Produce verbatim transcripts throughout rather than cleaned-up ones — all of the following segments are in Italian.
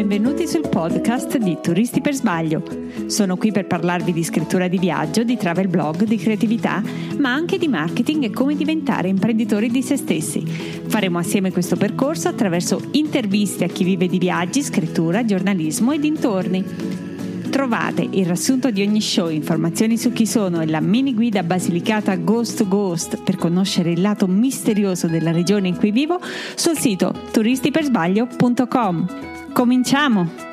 benvenuti sul podcast di Turisti per Sbaglio. Sono qui per parlarvi di scrittura di viaggio, di travel blog, di creatività, ma anche di marketing e come diventare imprenditori di se stessi. Faremo assieme questo percorso attraverso interviste a chi vive di viaggi, scrittura, giornalismo e dintorni. Trovate il riassunto di ogni show, informazioni su chi sono e la mini guida Basilicata Ghost to Ghost per conoscere il lato misterioso della regione in cui vivo sul sito turisti per sbaglio punto com. Cominciamo!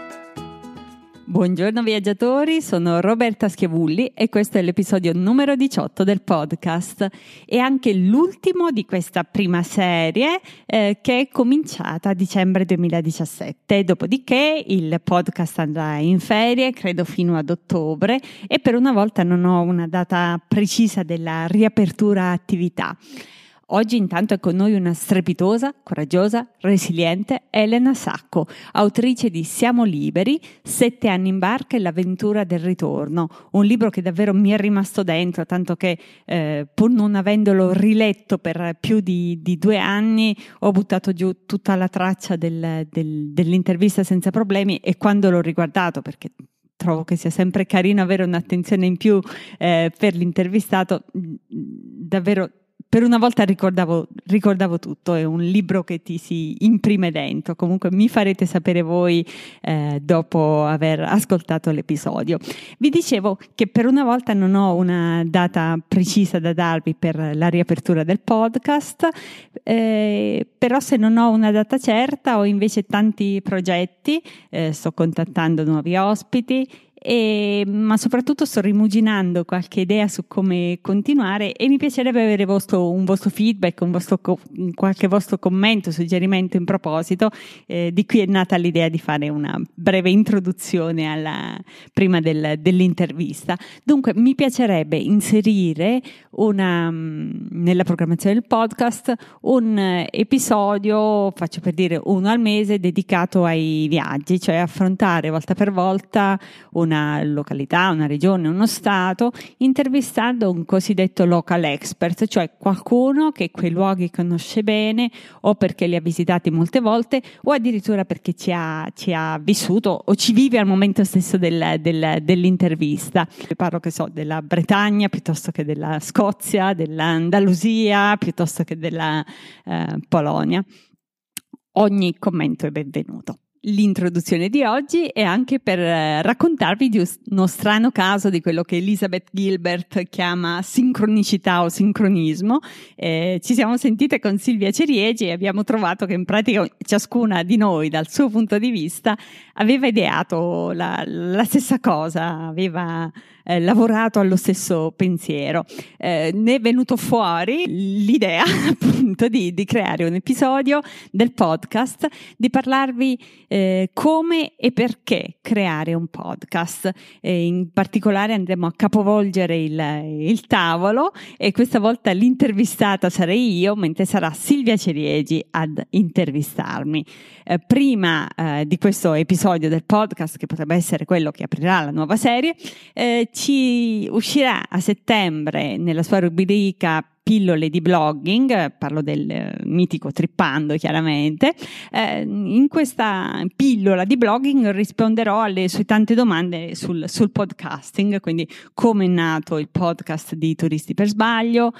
Buongiorno viaggiatori, sono Roberta Schiavulli e questo è l'episodio numero diciotto del podcast e anche l'ultimo di questa prima serie eh, che è cominciata a dicembre duemiladiciassette. Dopodiché il podcast andrà in ferie, credo fino ad ottobre, e per una volta non ho una data precisa della riapertura attività. Oggi intanto è con noi una strepitosa, coraggiosa, resiliente Elena Sacco, autrice di Siamo liberi, Sette anni in barca e l'avventura del ritorno, un libro che davvero mi è rimasto dentro, tanto che eh, pur non avendolo riletto per più di, di due anni ho buttato giù tutta la traccia del, del, dell'intervista senza problemi, e quando l'ho riguardato, perché trovo che sia sempre carino avere un'attenzione in più eh, per l'intervistato, davvero per una volta ricordavo, ricordavo tutto. È un libro che ti si imprime dentro. Comunque mi farete sapere voi eh, dopo aver ascoltato l'episodio. Vi dicevo che per una volta non ho una data precisa da darvi per la riapertura del podcast, eh, però se non ho una data certa ho invece tanti progetti, eh, sto contattando nuovi ospiti, E, ma soprattutto sto rimuginando qualche idea su come continuare, e mi piacerebbe avere vostro, un vostro feedback, un vostro, qualche vostro commento, suggerimento in proposito. Eh, di qui è nata l'idea di fare una breve introduzione alla, prima del, dell'intervista. Dunque mi piacerebbe inserire una, nella programmazione del podcast un episodio, faccio per dire uno al mese, dedicato ai viaggi, cioè affrontare volta per volta un una località, una regione, uno stato, intervistando un cosiddetto local expert, cioè qualcuno che quei luoghi conosce bene, o perché li ha visitati molte volte, o addirittura perché ci ha, ci ha vissuto o ci vive al momento stesso del, del, dell'intervista. Parlo, che so, della Bretagna piuttosto che della Scozia, dell'Andalusia piuttosto che della eh, Polonia. Ogni commento è benvenuto. L'introduzione di oggi è anche per eh, raccontarvi di uno strano caso di quello che Elizabeth Gilbert chiama sincronicità o sincronismo. Eh, ci siamo sentite con Silvia Ceriegi e abbiamo trovato che in pratica ciascuna di noi, dal suo punto di vista, aveva ideato la, la stessa cosa, aveva eh, lavorato allo stesso pensiero. Eh, ne è venuto fuori l'idea appunto di, di creare un episodio del podcast, di parlarvi Eh, come e perché creare un podcast. Eh, in particolare andremo a capovolgere il, il tavolo, e questa volta l'intervistata sarei io, mentre sarà Silvia Ceriegi ad intervistarmi. Eh, prima eh, di questo episodio del podcast, che potrebbe essere quello che aprirà la nuova serie, eh, ci uscirà a settembre nella sua rubrica Pillole di blogging, parlo del eh, mitico Trippando chiaramente. Eh, in questa pillola di blogging risponderò alle sue tante domande sul, sul podcasting, quindi come è nato il podcast di Turisti per Sbaglio,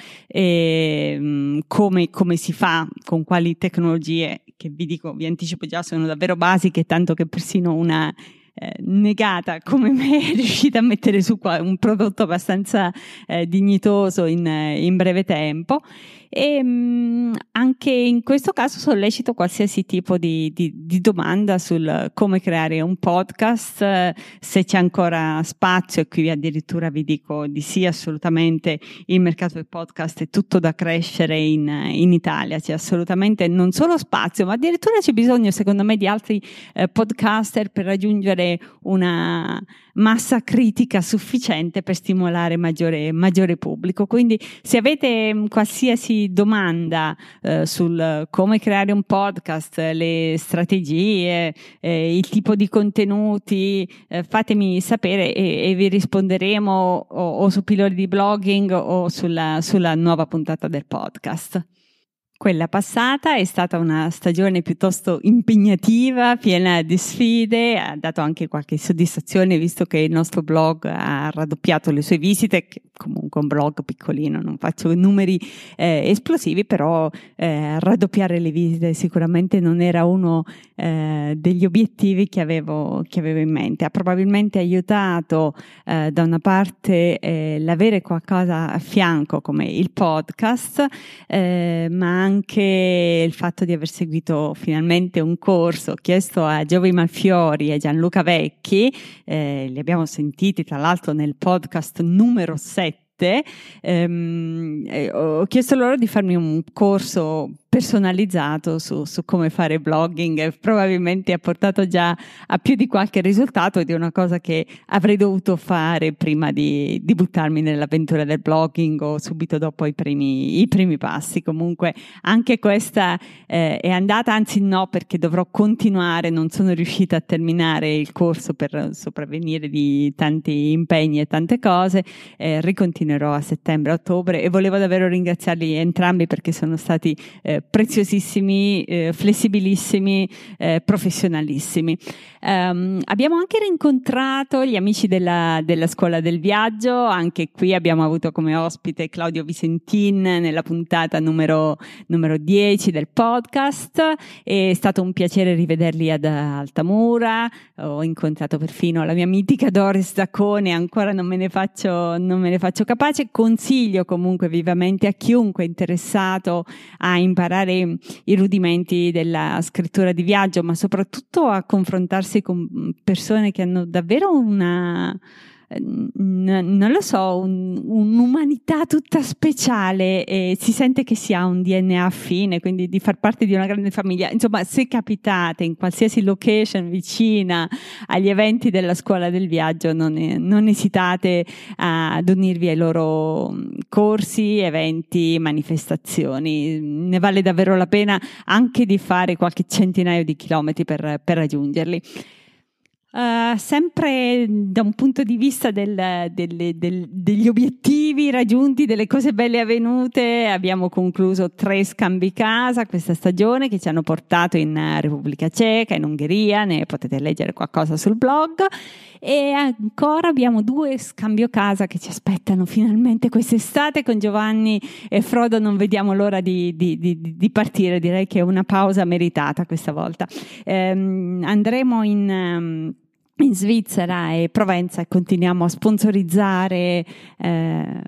e, come, come si fa, con quali tecnologie, che vi dico, vi anticipo già, sono davvero basiche, tanto che persino una Eh, negata come me è riuscita a mettere su qua un prodotto abbastanza eh, dignitoso in, in breve tempo. E mh, anche in questo caso sollecito qualsiasi tipo di, di, di domanda sul come creare un podcast, eh, se c'è ancora spazio, e qui addirittura vi dico di sì, assolutamente. Il mercato del podcast è tutto da crescere in, in Italia, c'è assolutamente non solo spazio, ma addirittura c'è bisogno, secondo me, di altri eh, podcaster per raggiungere una massa critica sufficiente per stimolare maggiore, maggiore pubblico. Quindi se avete mh, qualsiasi domanda eh, sul come creare un podcast, le strategie, eh, il tipo di contenuti, eh, fatemi sapere e, e vi risponderemo o, o su Pillole di blogging o sulla, sulla nuova puntata del podcast. Quella passata è stata una stagione piuttosto impegnativa, piena di sfide, ha dato anche qualche soddisfazione visto che il nostro blog ha raddoppiato le sue visite, che comunque è un blog piccolino, non faccio numeri eh, esplosivi, però eh, raddoppiare le visite sicuramente non era uno eh, degli obiettivi che avevo, che avevo in mente. Ha probabilmente aiutato eh, da una parte eh, l'avere qualcosa a fianco come il podcast, eh, ma anche il fatto di aver seguito finalmente un corso chiesto a Giovi Malfiori e Gianluca Vecchi, eh, li abbiamo sentiti tra l'altro nel podcast numero sette. ehm, eh, ho chiesto loro di farmi un corso personalizzato su, su come fare blogging, e probabilmente ha portato già a più di qualche risultato, ed è una cosa che avrei dovuto fare prima di, di buttarmi nell'avventura del blogging o subito dopo i primi, i primi passi. Comunque anche questa eh, è andata, anzi no, perché dovrò continuare, non sono riuscita a terminare il corso per sopravvenire di tanti impegni e tante cose, eh, ricontinuerò a settembre-ottobre, e volevo davvero ringraziarli entrambi perché sono stati eh, preziosissimi, eh, flessibilissimi, eh, professionalissimi. Um, abbiamo anche rincontrato gli amici della, della Scuola del Viaggio. Anche qui abbiamo avuto come ospite Claudio Visentin nella puntata numero, numero dieci del podcast. È stato un piacere rivederli ad Altamura. Ho incontrato perfino la mia mitica Doris Zaccone, ancora non me ne faccio, non me ne faccio capace. Consiglio comunque vivamente a chiunque è interessato a imparare i rudimenti della scrittura di viaggio, ma soprattutto a confrontarsi con persone che hanno davvero una, non lo so, un, un'umanità tutta speciale, e si sente che si ha un D N A affine, quindi di far parte di una grande famiglia. Insomma, se capitate in qualsiasi location vicina agli eventi della Scuola del Viaggio, non, non esitate ad unirvi ai loro corsi, eventi, manifestazioni. Ne vale davvero la pena anche di fare qualche centinaio di chilometri per, per raggiungerli. Uh, sempre da un punto di vista del, del, del, degli obiettivi raggiunti, delle cose belle avvenute, abbiamo concluso tre scambi casa questa stagione che ci hanno portato in Repubblica Ceca, in Ungheria, ne potete leggere qualcosa sul blog, e ancora abbiamo due scambio casa che ci aspettano finalmente quest'estate con Giovanni e Frodo. Non vediamo l'ora di, di, di, di partire, direi che è una pausa meritata questa volta. Um, andremo in... Um, in Svizzera e Provenza, e continuiamo a sponsorizzare eh,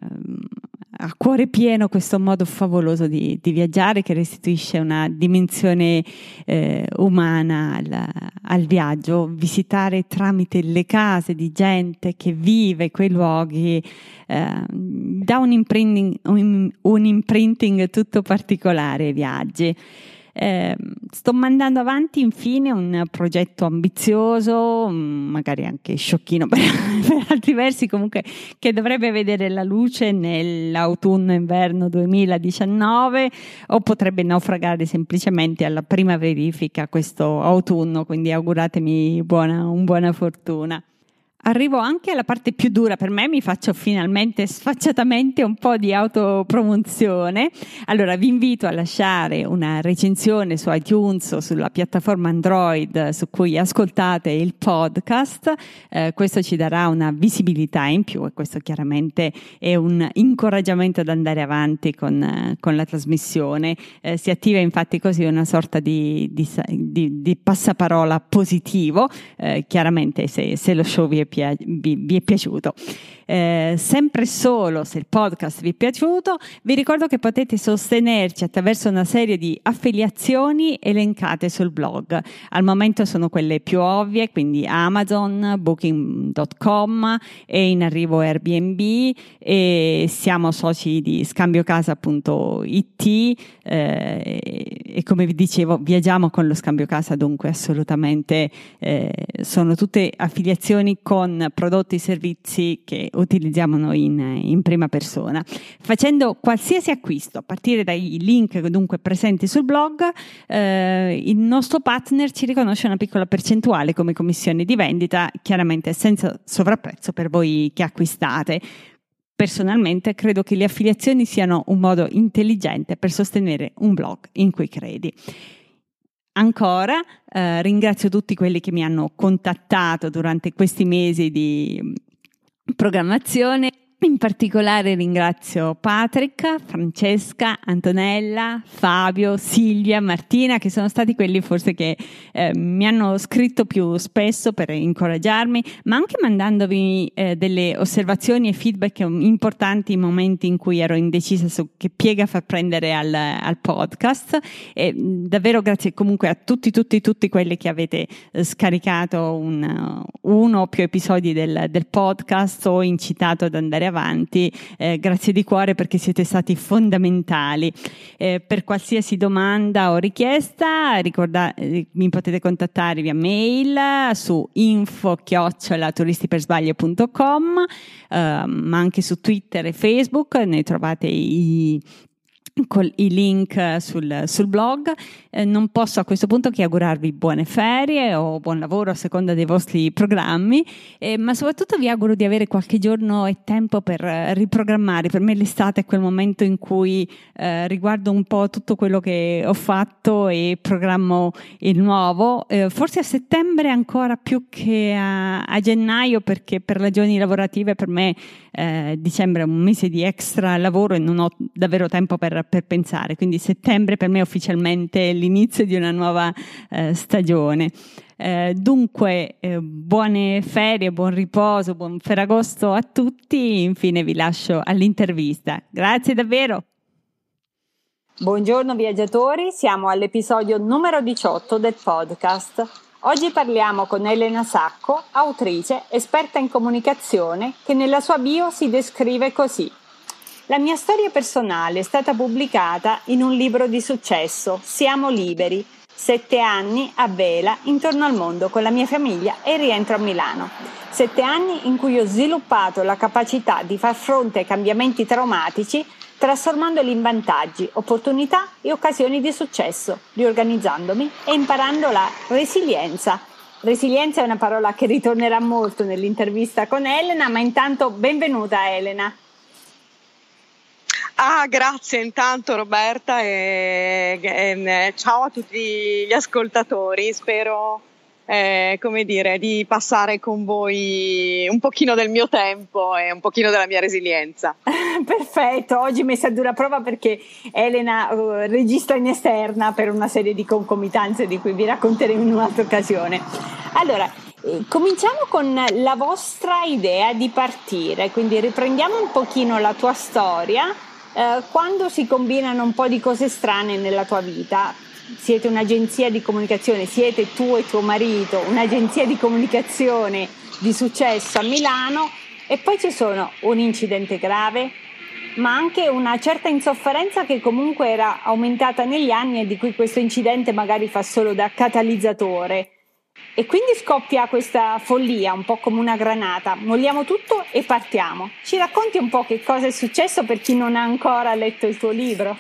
a cuore pieno questo modo favoloso di, di viaggiare, che restituisce una dimensione eh, umana al, al viaggio. Visitare tramite le case di gente che vive quei luoghi eh, dà un imprinting, un, un imprinting tutto particolare ai viaggi. Eh, sto mandando avanti infine un progetto ambizioso, magari anche sciocchino per, per altri versi, comunque che dovrebbe vedere la luce nell'autunno-inverno duemiladiciannove, o potrebbe naufragare semplicemente alla prima verifica questo autunno, quindi auguratemi buona, un buona fortuna. Arrivo anche alla parte più dura per me, mi faccio finalmente sfacciatamente un po' di autopromozione. Allora vi invito a lasciare una recensione su iTunes o sulla piattaforma Android su cui ascoltate il podcast. Eh, questo ci darà una visibilità in più, e questo chiaramente è un incoraggiamento ad andare avanti con, eh, con la trasmissione. Eh, si attiva infatti così una sorta di, di, di, di passaparola positivo, eh, chiaramente se, se lo show vi è Vi, vi è piaciuto. Eh, sempre solo se il podcast vi è piaciuto, vi ricordo che potete sostenerci attraverso una serie di affiliazioni elencate sul blog. Al momento sono quelle più ovvie, quindi Amazon, booking punto com, e in arrivo Airbnb, e siamo soci di scambiocasa punto it, eh, e come vi dicevo viaggiamo con lo Scambio Casa, dunque assolutamente eh, sono tutte affiliazioni con prodotti e servizi che utilizziamo noi in, in prima persona. Facendo qualsiasi acquisto a partire dai link dunque presenti sul blog, eh, il nostro partner ci riconosce una piccola percentuale come commissione di vendita, chiaramente senza sovrapprezzo per voi che acquistate. personalmente credo che le affiliazioni siano un modo intelligente per sostenere un blog in cui credi. Ancora eh, ringrazio tutti quelli che mi hanno contattato durante questi mesi di programmazione. In particolare ringrazio Patrick, Francesca, Antonella, Fabio, Silvia, Martina, che sono stati quelli forse che eh, mi hanno scritto più spesso per incoraggiarmi, ma anche mandandovi eh, delle osservazioni e feedback importanti in momenti in cui ero indecisa su che piega far prendere al, al podcast. E davvero grazie comunque a tutti, tutti, tutti quelli che avete eh, scaricato un, uno o più episodi del, del podcast o incitato ad andare avanti, eh, grazie di cuore perché siete stati fondamentali. Eh, per qualsiasi domanda o richiesta ricorda, eh, mi potete contattare via mail su info chiocciola turistipersbaglio punto com, eh, ma anche su Twitter e Facebook ne trovate i con i link sul, sul blog. Eh, non posso a questo punto che augurarvi buone ferie o buon lavoro a seconda dei vostri programmi, eh, ma soprattutto vi auguro di avere qualche giorno e tempo per riprogrammare. Per me l'estate è quel momento in cui eh, riguardo un po' tutto quello che ho fatto e programmo il nuovo, eh, forse a settembre ancora più che a, a gennaio, perché per ragioni lavorative per me eh, dicembre è un mese di extra lavoro e non ho davvero tempo per per pensare, quindi settembre per me è ufficialmente l'inizio di una nuova eh, stagione. Eh, dunque eh, buone ferie, buon riposo, buon Ferragosto a tutti. Infine vi lascio all'intervista. Grazie davvero. Buongiorno viaggiatori, siamo all'episodio numero diciotto del podcast. Oggi parliamo con Elena Sacco, autrice, esperta in comunicazione, che nella sua bio si descrive così: la mia storia personale è stata pubblicata in un libro di successo, Siamo liberi, sette anni a vela intorno al mondo con la mia famiglia e rientro a Milano. Sette anni in cui ho sviluppato la capacità di far fronte ai cambiamenti traumatici, trasformandoli in vantaggi, opportunità e occasioni di successo, riorganizzandomi e imparando la resilienza. Resilienza è una parola che ritornerà molto nell'intervista con Elena, ma intanto benvenuta Elena. Ah, grazie intanto Roberta e, e ciao a tutti gli ascoltatori. Spero, eh, come dire, di passare con voi un pochino del mio tempo e un pochino della mia resilienza. Perfetto, oggi messa a dura prova perché Elena uh, registra in esterna per una serie di concomitanze di cui vi racconteremo in un'altra occasione. Allora, eh, cominciamo con la vostra idea di partire, quindi riprendiamo un pochino la tua storia. Uh, quando si combinano un po' di cose strane nella tua vita, siete un'agenzia di comunicazione, siete tu e tuo marito, un'agenzia di comunicazione di successo a Milano, e poi ci sono un incidente grave, ma anche una certa insofferenza che comunque era aumentata negli anni e di cui questo incidente magari fa solo da catalizzatore. E quindi scoppia questa follia, un po' come una granata. Molliamo tutto e partiamo. Ci racconti un po' che cosa è successo per chi non ha ancora letto il tuo libro?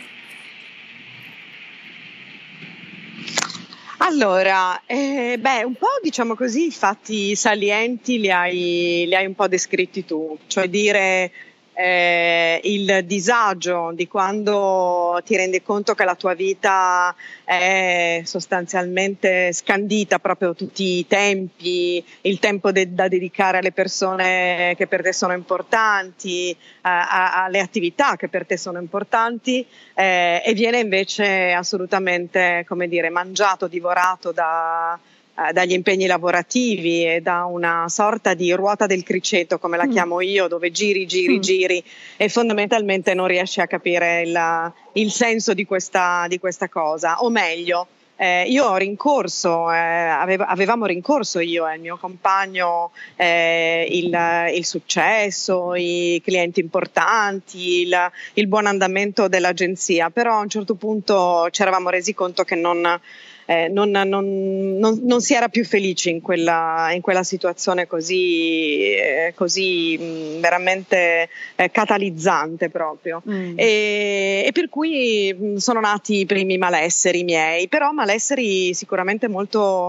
Allora, eh, beh, un po' diciamo così, i fatti salienti li hai, li hai un po' descritti tu, cioè dire eh, il disagio di quando ti rendi conto che la tua vita è sostanzialmente scandita proprio tutti i tempi, il tempo de- da dedicare alle persone che per te sono importanti, a- a- alle attività che per te sono importanti, eh, e viene invece assolutamente, come dire, mangiato, divorato da dagli impegni lavorativi e da una sorta di ruota del criceto, come la mm. chiamo io, dove giri, giri, mm. giri e fondamentalmente non riesci a capire il, il senso di questa, di questa cosa. O meglio, eh, io ho rincorso, eh, avev- avevamo rincorso io e il mio compagno eh, il, il successo, i clienti importanti, il, il buon andamento dell'agenzia, però a un certo punto ci eravamo resi conto che non Eh, non, non, non, non si era più felici in quella, in quella situazione così, eh, così mh, veramente eh, catalizzante proprio mm. e, e per cui mh, sono nati i primi malesseri miei, però malesseri sicuramente molto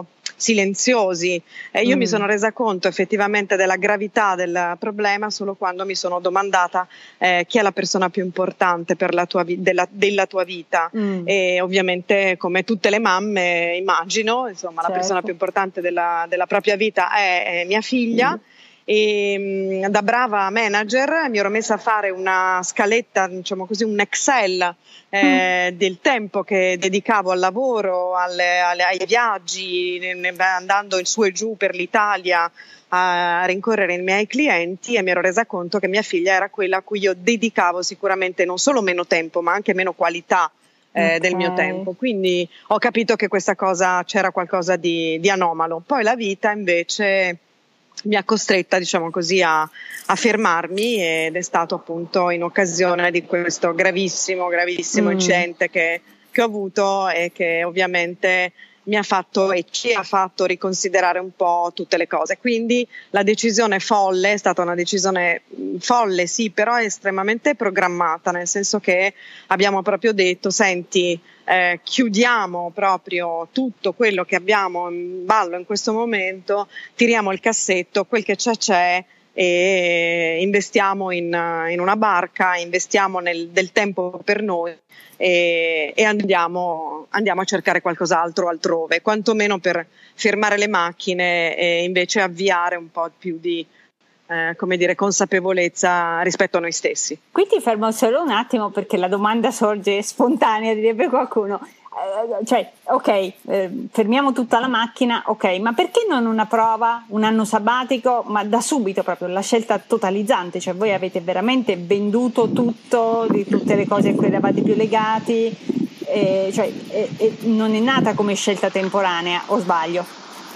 silenziosi. E io Mm. mi sono resa conto effettivamente della gravità del problema solo quando mi sono domandata eh, chi è la persona più importante per la tua vi- della, della tua vita. Mm. E ovviamente, come tutte le mamme, immagino, insomma, la persona Certo. più importante della, della propria vita è, è mia figlia. Mm. E mh, da brava manager mi ero messa a fare una scaletta, diciamo così, un Excel eh, del tempo che dedicavo al lavoro, alle, alle, ai viaggi, ne- ne- andando in su e giù per l'Italia a rincorrere i miei clienti, e mi ero resa conto che mia figlia era quella a cui io dedicavo sicuramente non solo meno tempo, ma anche meno qualità eh, Ok. del mio tempo. Quindi ho capito che questa cosa, c'era qualcosa di, di anomalo. Poi la vita invece mi ha costretta, diciamo così, a, a fermarmi, ed è stato appunto in occasione di questo gravissimo, gravissimo Mm. incidente che, che ho avuto, e che ovviamente mi ha fatto e ci ha fatto riconsiderare un po' tutte le cose. Quindi la decisione folle è stata una decisione mh, folle, sì, però estremamente programmata, nel senso che abbiamo proprio detto: senti, eh, chiudiamo proprio tutto quello che abbiamo in ballo in questo momento, tiriamo il cassetto, quel che c'è c'è, e investiamo in, in una barca, investiamo nel, del tempo per noi, e, e andiamo, andiamo a cercare qualcos'altro altrove, quantomeno per fermare le macchine e invece avviare un po' più di eh, come dire, consapevolezza rispetto a noi stessi. Qui ti fermo solo un attimo, perché la domanda sorge spontanea, direbbe qualcuno. Eh, cioè, ok, eh, fermiamo tutta la macchina, ok, ma perché non una prova, un anno sabbatico, ma da subito proprio, la scelta totalizzante? Cioè, voi avete veramente venduto tutto, di tutte le cose a cui eravate più legati, eh, cioè, eh, eh, non è nata come scelta temporanea, o sbaglio?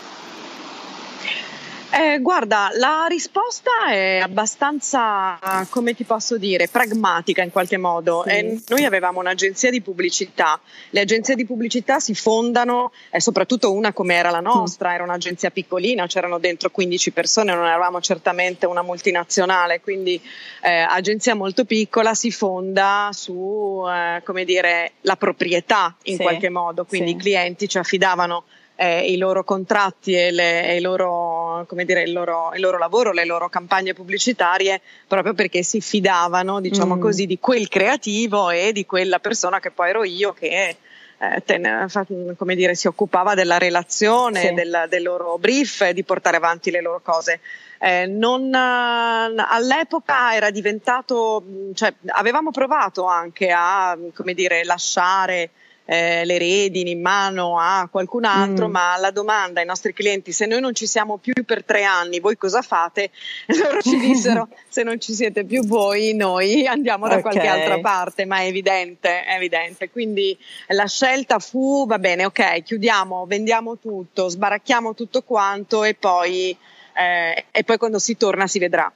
Eh, guarda, la risposta è abbastanza, come ti posso dire, pragmatica in qualche modo. Sì. Eh, noi avevamo un'agenzia di pubblicità. Le agenzie di pubblicità si fondano, e soprattutto una come era la nostra, era un'agenzia piccolina, c'erano dentro quindici persone, non eravamo certamente una multinazionale, quindi eh, agenzia molto piccola, si fonda su, eh, come dire, la proprietà in Sì, qualche modo, quindi sì. i clienti ci affidavano Eh, i loro contratti e, le, e il, loro, come dire, il, loro, il loro lavoro, le loro campagne pubblicitarie, proprio perché si fidavano, diciamo Mm. così, di quel creativo e di quella persona che poi ero io, che eh, ten, come dire, si occupava della relazione, Sì. del, del loro brief, e di portare avanti le loro cose. Eh, non, all'epoca era diventato, cioè, avevamo provato anche a, come dire, lasciare Eh, le redini in mano a qualcun altro, Mm. ma alla domanda ai nostri clienti: se noi non ci siamo più per tre anni, voi cosa fate? Loro ci dissero: se non ci siete più voi, noi andiamo da Ok. qualche altra parte. Ma è evidente, è evidente. Quindi la scelta fu: va bene, ok, chiudiamo, vendiamo tutto, sbaracchiamo tutto quanto, e poi, eh, e poi quando si torna si vedrà.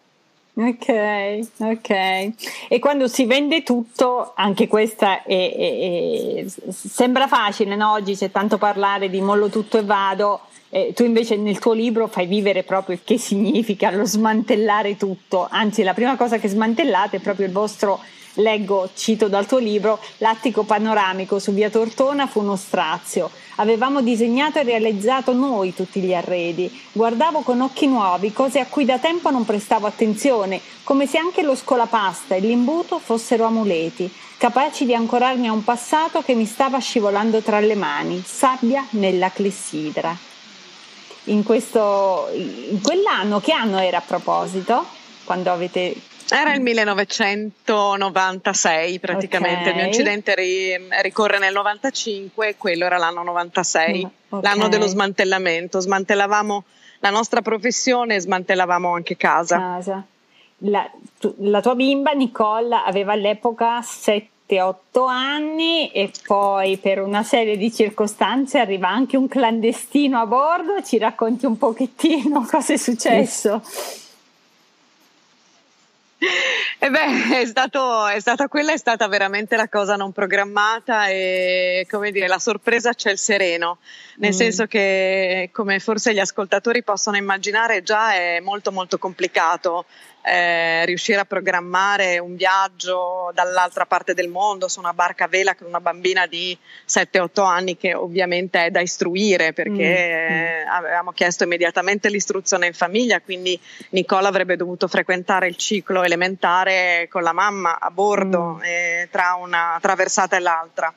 Ok, ok. E quando si vende tutto, anche questa è, è, è, sembra facile, no? Oggi c'è tanto parlare di mollo tutto e vado, eh, tu invece nel tuo libro fai vivere proprio il che significa lo smantellare tutto, anzi la prima cosa che smantellate è proprio il vostro, leggo, cito dal tuo libro, l'attico panoramico su via Tortona fu uno strazio. Avevamo disegnato e realizzato noi tutti gli arredi. Guardavo con occhi nuovi cose a cui da tempo non prestavo attenzione, come se anche lo scolapasta e l'imbuto fossero amuleti, capaci di ancorarmi a un passato che mi stava scivolando tra le mani, sabbia nella clessidra. In questo, in quell'anno, che anno era a proposito? Quando avete... Era il millenovecentonovantasei praticamente, okay. Il mio incidente ri- ricorre nel novantacinque, quello era l'anno novantasei, okay. L'anno dello smantellamento. Smantellavamo la nostra professione e smantellavamo anche casa. casa. La, tu, la tua bimba Nicole aveva all'epoca sette otto anni, e poi per una serie di circostanze arriva anche un clandestino a bordo. Ci racconti un pochettino cosa è successo? E beh, è stato, è stata quella è stata veramente la cosa non programmata, e, come dire, la sorpresa c'è il sereno, nel mm. senso che, come forse gli ascoltatori possono immaginare, già è molto molto complicato eh, riuscire a programmare un viaggio dall'altra parte del mondo su una barca a vela con una bambina di sette otto anni, che ovviamente è da istruire, perché Mm, mm. eh, avevamo chiesto immediatamente l'istruzione in famiglia, quindi Nicola avrebbe dovuto frequentare il ciclo elementare con la mamma a bordo Mm. eh, tra una traversata e l'altra.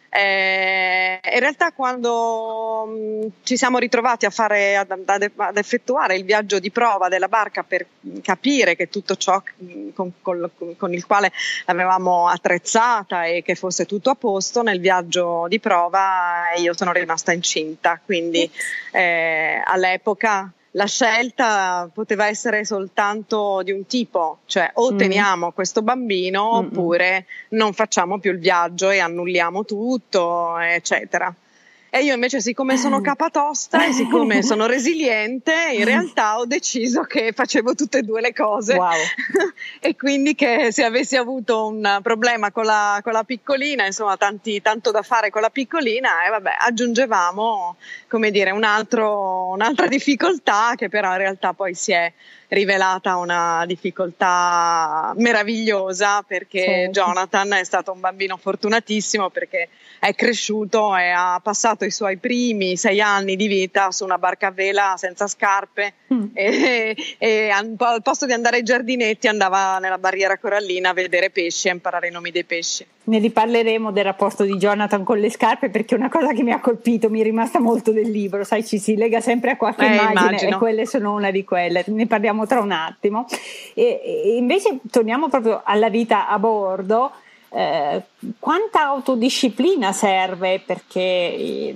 Eh, in realtà quando mh, ci siamo ritrovati a fare ad, ad, ad effettuare il viaggio di prova della barca per capire che tutto ciò mh, con, con, con il quale l'avevamo attrezzata e che fosse tutto a posto, nel viaggio di prova io sono rimasta incinta, quindi eh, all'epoca la scelta poteva essere soltanto di un tipo, cioè o Mm. teniamo questo bambino Mm-mm. oppure non facciamo più il viaggio e annulliamo tutto, eccetera. E io invece, siccome sono capatosta e siccome sono resiliente, in realtà ho deciso che facevo tutte e due le cose. Wow. E quindi che se avessi avuto un problema con la, con la piccolina, insomma tanti, tanto da fare con la piccolina, e vabbè, aggiungevamo, come dire, un altro, un'altra difficoltà che però in realtà poi si è rivelata una difficoltà meravigliosa, perché Certo. Jonathan è stato un bambino fortunatissimo, perché è cresciuto e ha passato i suoi primi sei anni di vita su una barca a vela senza scarpe Mm. e, e al al posto di andare ai giardinetti andava nella barriera corallina a vedere pesci e a imparare i nomi dei pesci. Ne riparleremo del rapporto di Jonathan con le scarpe, perché è una cosa che mi ha colpito, mi è rimasta molto del libro, sai, ci si lega sempre a qualche Eh, immagine immagino. e quelle sono una di quelle, ne parliamo tra un attimo. E, e invece torniamo proprio alla vita a bordo. Eh, quanta autodisciplina serve, perché eh,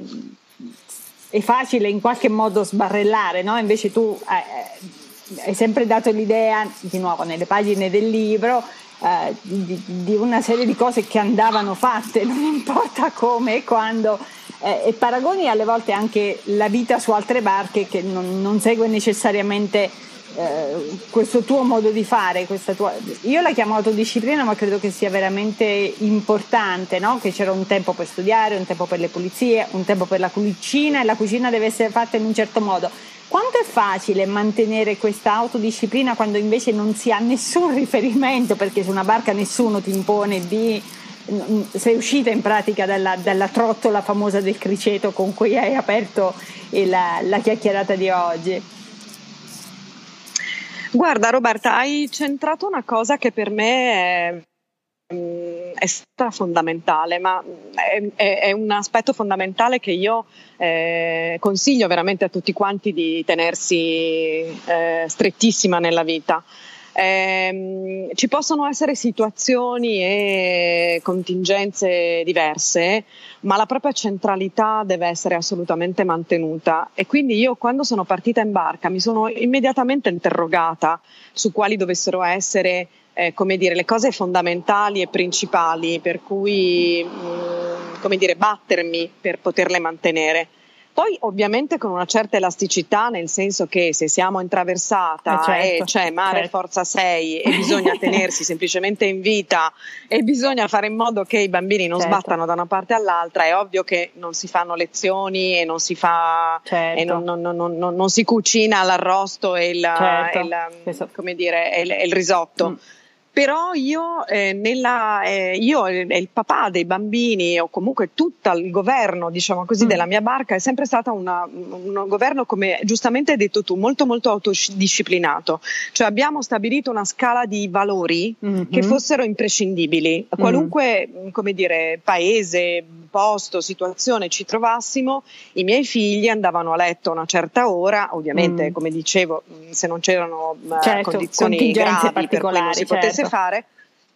è facile in qualche modo sbarellare, no? Invece tu eh, hai sempre dato l'idea, di nuovo nelle pagine del libro, eh, di, di una serie di cose che andavano fatte, non importa come e quando, eh, e paragoni alle volte anche la vita su altre barche che non, non segue necessariamente Eh, questo tuo modo di fare, questa tua, io la chiamo autodisciplina, ma credo che sia veramente importante, no? Che c'era un tempo per studiare, un tempo per le pulizie, un tempo per la cucina, e la cucina deve essere fatta in un certo modo. Quanto è facile mantenere questa autodisciplina quando invece non si ha nessun riferimento, perché su una barca nessuno ti impone di... sei uscita in pratica dalla, dalla trottola famosa del criceto con cui hai aperto la, la chiacchierata di oggi? Guarda Roberta, hai centrato una cosa che per me è, è stata fondamentale, ma è, è, è un aspetto fondamentale che io eh, consiglio veramente a tutti quanti di tenersi eh, strettissima nella vita. Eh, ci possono essere situazioni e contingenze diverse, ma la propria centralità deve essere assolutamente mantenuta, e quindi io, quando sono partita in barca, mi sono immediatamente interrogata su quali dovessero essere eh, come dire, le cose fondamentali e principali per cui mh, come dire, battermi per poterle mantenere. Poi ovviamente con una certa elasticità, nel senso che se siamo in traversata eh certo, e c'è mare certo. forza sei e bisogna tenersi semplicemente in vita e bisogna fare in modo che i bambini non certo. sbattano da una parte all'altra, è ovvio che non si fanno lezioni e non si fa certo. e non, non, non, non, non si cucina l'arrosto e il, certo. e il, Questo... come dire, e il, e il risotto. Mm. Però io, eh, nella, eh, io e il papà dei bambini, o comunque tutto il governo, diciamo così, mm. della mia barca, è sempre stato una, un governo, come giustamente hai detto tu, molto molto autodisciplinato. Cioè abbiamo stabilito una scala di valori mm-hmm. che fossero imprescindibili. A qualunque, mm. come dire, paese, posto, situazione ci trovassimo, i miei figli andavano a letto a una certa ora, ovviamente, mm. come dicevo, se non c'erano certo, condizioni gravi per cui non si potesse certo. fare,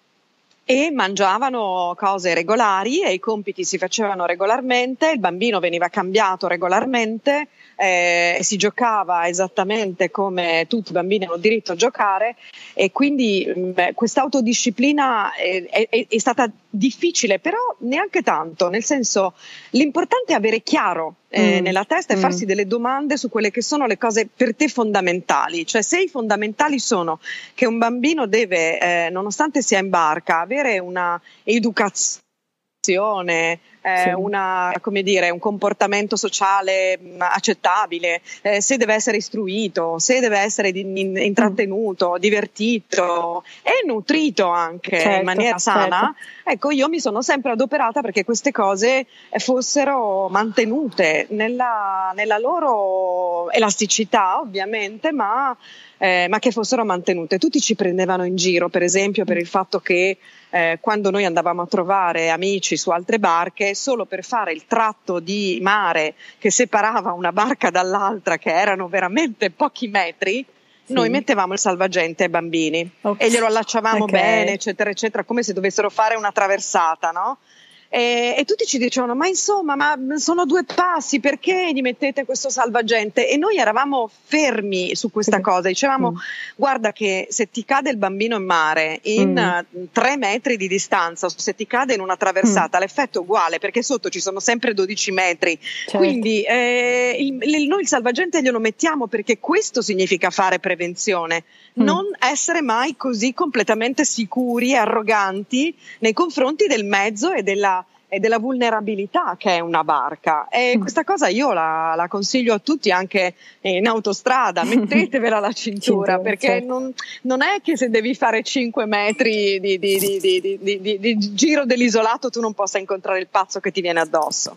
e mangiavano cose regolari e i compiti si facevano regolarmente, il bambino veniva cambiato regolarmente eh, e si giocava esattamente come tutti i bambini hanno diritto a giocare, e quindi mh, questa autodisciplina è, è, è stata difficile, però neanche tanto, nel senso, l'importante è avere chiaro eh, mm. nella testa e mm. farsi delle domande su quelle che sono le cose per te fondamentali. Cioè, se i fondamentali sono che un bambino deve, eh, nonostante sia in barca, avere una educazione un'educazione, eh, sì. una, come dire, un comportamento sociale mh, accettabile, eh, se deve essere istruito, se deve essere di, in, intrattenuto, mm. divertito e nutrito anche certo, in maniera sana, certo. Ecco, io mi sono sempre adoperata perché queste cose fossero mantenute nella, nella loro elasticità, ovviamente, ma Eh, ma che fossero mantenute. Tutti ci prendevano in giro, per esempio, per il fatto che eh, quando noi andavamo a trovare amici su altre barche, solo per fare il tratto di mare che separava una barca dall'altra, che erano veramente pochi metri, sì. Noi mettevamo il salvagente ai bambini okay. e glielo allacciavamo okay. bene, eccetera, eccetera, come se dovessero fare una traversata, no? E, e tutti ci dicevano ma insomma ma sono due passi, perché gli mettete questo salvagente? E noi eravamo fermi su questa sì. cosa, dicevamo mm. guarda che se ti cade il bambino in mare in mm. tre metri di distanza, o se ti cade in una traversata mm. l'effetto è uguale, perché sotto ci sono sempre dodici metri, certo. quindi eh, il, il, noi il salvagente glielo mettiamo perché questo significa fare prevenzione, mm. non essere mai così completamente sicuri e arroganti nei confronti del mezzo e della e della vulnerabilità che è una barca, e mm. questa cosa io la, la consiglio a tutti anche in autostrada, mettetevela alla cintura, cintura perché certo. non, non è che se devi fare cinque metri di, di, di, di, di, di, di giro dell'isolato tu non possa incontrare il pazzo che ti viene addosso.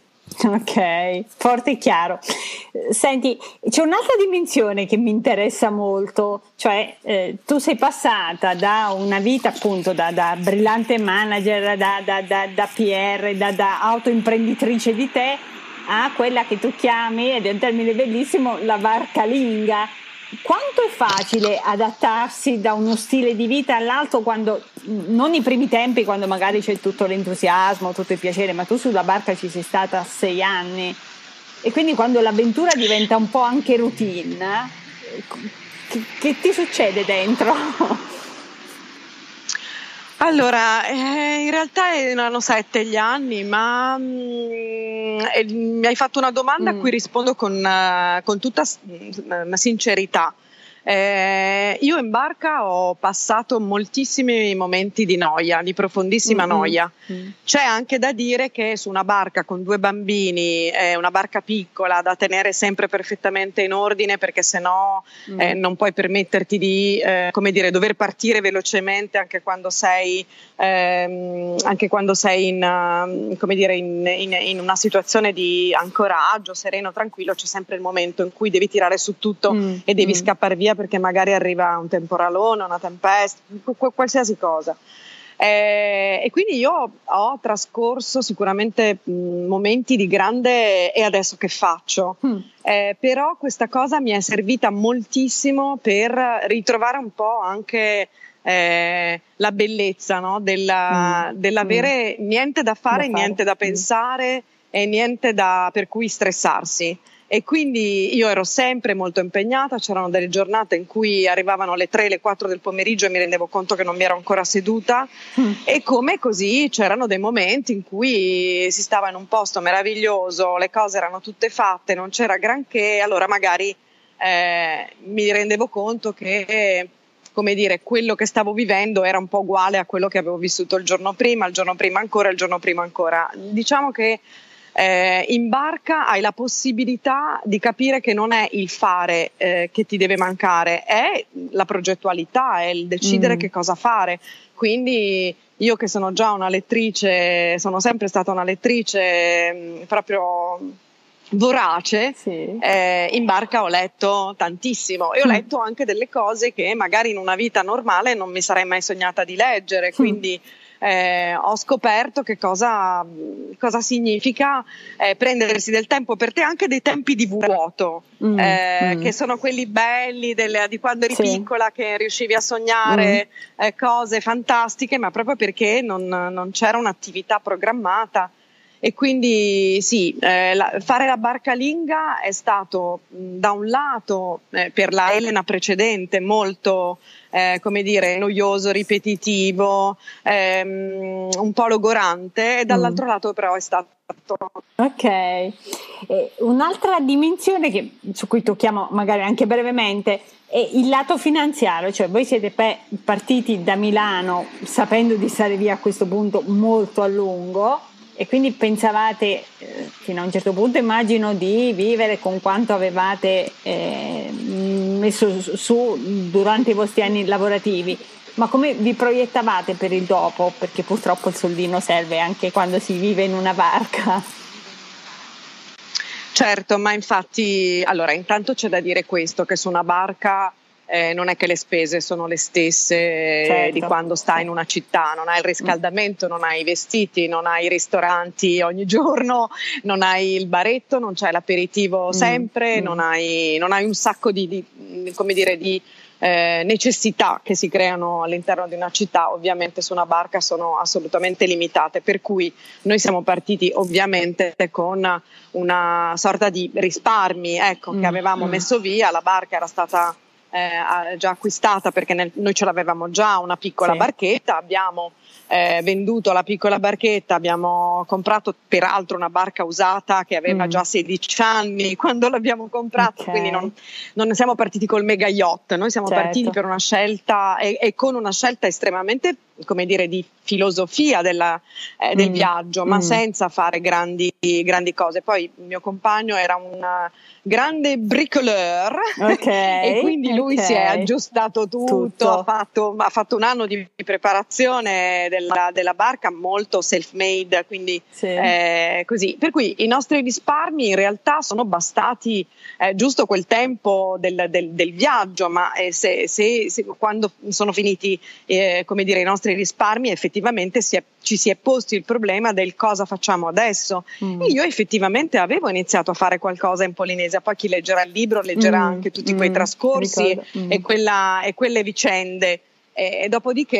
Ok, forte e chiaro. Senti, c'è un'altra dimensione che mi interessa molto, cioè eh, tu sei passata da una vita appunto da, da brillante manager, da, da, da, da P R, da, da autoimprenditrice di te, a quella che tu chiami, ed è un termine bellissimo, la barcalinga. Quanto è facile adattarsi da uno stile di vita all'altro, quando non i primi tempi, quando magari c'è tutto l'entusiasmo, tutto il piacere, ma tu sulla barca ci sei stata sei anni e quindi quando l'avventura diventa un po' anche routine, che, che ti succede dentro? Allora, eh, in realtà erano sette gli anni, ma mh, eh, mi hai fatto una domanda mm. a cui rispondo con, uh, con tutta uh, sincerità. Eh, io in barca ho passato moltissimi momenti di noia, di profondissima mm-hmm. noia. Mm. C'è anche da dire che su una barca con due bambini, eh, una barca piccola da tenere sempre perfettamente in ordine, perché sennò mm. eh, non puoi permetterti di, eh, come dire, dover partire velocemente anche quando sei, ehm, anche quando sei in, uh, come dire, in, in, in una situazione di ancoraggio, sereno, tranquillo. C'è sempre il momento in cui devi tirare su tutto mm. e devi mm. scappare via, perché magari arriva un temporalone, una tempesta, qualsiasi cosa. Eh, e quindi io ho trascorso sicuramente mh, momenti di grande e adesso che faccio, mm. eh, però questa cosa mi è servita moltissimo per ritrovare un po' anche eh, la bellezza, no? Della, mm. dell'avere mm. niente da fare, da niente fare. da pensare mm. e niente da, per cui stressarsi. E quindi io ero sempre molto impegnata, c'erano delle giornate in cui arrivavano le tre, le quattro del pomeriggio e mi rendevo conto che non mi ero ancora seduta mm. e come così c'erano dei momenti in cui si stava in un posto meraviglioso, le cose erano tutte fatte, non c'era granché, allora magari eh, mi rendevo conto che, come dire, quello che stavo vivendo era un po' uguale a quello che avevo vissuto il giorno prima, il giorno prima ancora, il giorno prima ancora. Diciamo che Eh, in barca hai la possibilità di capire che non è il fare eh, che ti deve mancare, è la progettualità, è il decidere mm. che cosa fare. Quindi io che sono già una lettrice, sono sempre stata una lettrice mh, proprio vorace, sì. eh, in barca ho letto tantissimo e ho mm. letto anche delle cose che magari in una vita normale non mi sarei mai sognata di leggere, quindi mm. Eh, ho scoperto che cosa, cosa significa eh, prendersi del tempo per te, anche dei tempi di vuoto, mm, eh, mm. che sono quelli belli delle, di quando eri sì. piccola, che riuscivi a sognare mm. eh, cose fantastiche, ma proprio perché non, non c'era un'attività programmata. E quindi sì, eh, la, fare la barcalinga è stato mh, da un lato eh, per la Elena precedente molto eh, come dire noioso, ripetitivo, ehm, un po' logorante, e dall'altro mm. lato però è stato ok. E un'altra dimensione che, su cui tocchiamo magari anche brevemente, è il lato finanziario, cioè voi siete pe- partiti da Milano sapendo di stare via a questo punto molto a lungo. E quindi pensavate, eh, fino a un certo punto immagino, di vivere con quanto avevate eh, messo su durante i vostri anni lavorativi, ma come vi proiettavate per il dopo? Perché purtroppo il soldino serve anche quando si vive in una barca. Certo, ma infatti, allora, intanto c'è da dire questo, che su una barca Eh, non è che le spese sono le stesse certo. di quando stai in una città, non hai il riscaldamento, non hai i vestiti, non hai i ristoranti ogni giorno, non hai il baretto, non c'è l'aperitivo sempre, mm. non, hai, non hai un sacco di, di, come dire, di eh, necessità che si creano all'interno di una città. Ovviamente su una barca sono assolutamente limitate, per cui noi siamo partiti ovviamente con una sorta di risparmi, ecco, mm. che avevamo mm. messo via. La barca era stata Eh, già acquistata perché nel, noi ce l'avevamo già una piccola sì. barchetta, abbiamo eh, venduto la piccola barchetta, abbiamo comprato peraltro una barca usata che aveva mm. già sedici anni quando l'abbiamo comprata, okay. quindi non, non siamo partiti col mega yacht, noi siamo certo. partiti per una scelta e, e con una scelta estremamente, come dire, di filosofia della, eh, del mm. viaggio, ma mm. senza fare grandi, grandi cose. Poi il mio compagno era un grande bricoleur okay, e quindi lui okay. si è aggiustato tutto, tutto. Ha, fatto, ha fatto un anno di preparazione della, della barca, molto self-made, quindi sì. eh, così. Per cui i nostri risparmi in realtà sono bastati eh, giusto quel tempo del, del, del viaggio, ma eh, se, se, se quando sono finiti eh, come dire i nostri risparmi, effettivamente si è, ci si è posti il problema del cosa facciamo adesso. Mm. Io effettivamente avevo iniziato a fare qualcosa in Polinesia, poi chi leggerà il libro leggerà mm. anche tutti mm. quei trascorsi mm. e, quella, e quelle vicende. E dopodiché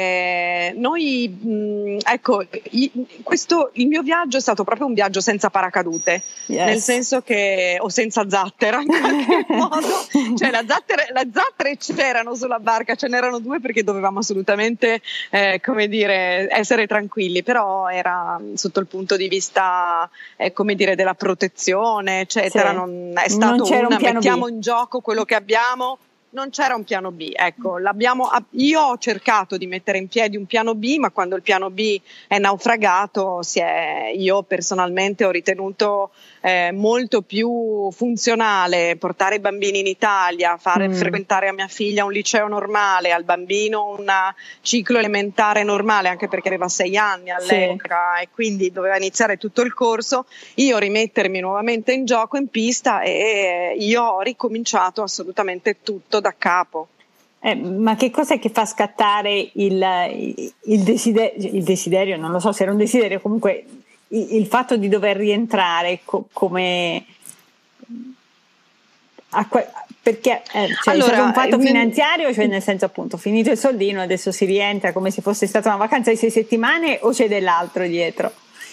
eh, noi mh, ecco i, questo il mio viaggio è stato proprio un viaggio senza paracadute, yes. nel senso che o senza zattera in qualche modo, cioè la zattera, la zattere c'erano sulla barca, ce n'erano due perché dovevamo assolutamente eh, come dire essere tranquilli, però era sotto il punto di vista eh, come dire della protezione eccetera, sì. non è stato non c'era un, un piano mettiamo B. in gioco quello che abbiamo. Non c'era un piano B, ecco, l'abbiamo, io ho cercato di mettere in piedi un piano B, ma quando il piano B è naufragato, si è, io personalmente ho ritenuto eh, molto più funzionale portare i bambini in Italia, fare mm. frequentare a mia figlia un liceo normale, al bambino un ciclo elementare normale, anche perché aveva sei anni all'epoca sì. e quindi doveva iniziare tutto il corso, io rimettermi nuovamente in gioco, in pista, e io ho ricominciato assolutamente tutto da capo. Eh, ma che cosa è che fa scattare il, il, desiderio, il desiderio, non lo so se era un desiderio, comunque il, il fatto di dover rientrare co- come a que- perché eh, cioè, allora, è stato un fatto finanziario, cioè nel senso appunto finito il soldino adesso si rientra come se fosse stata una vacanza di sei settimane o c'è dell'altro dietro?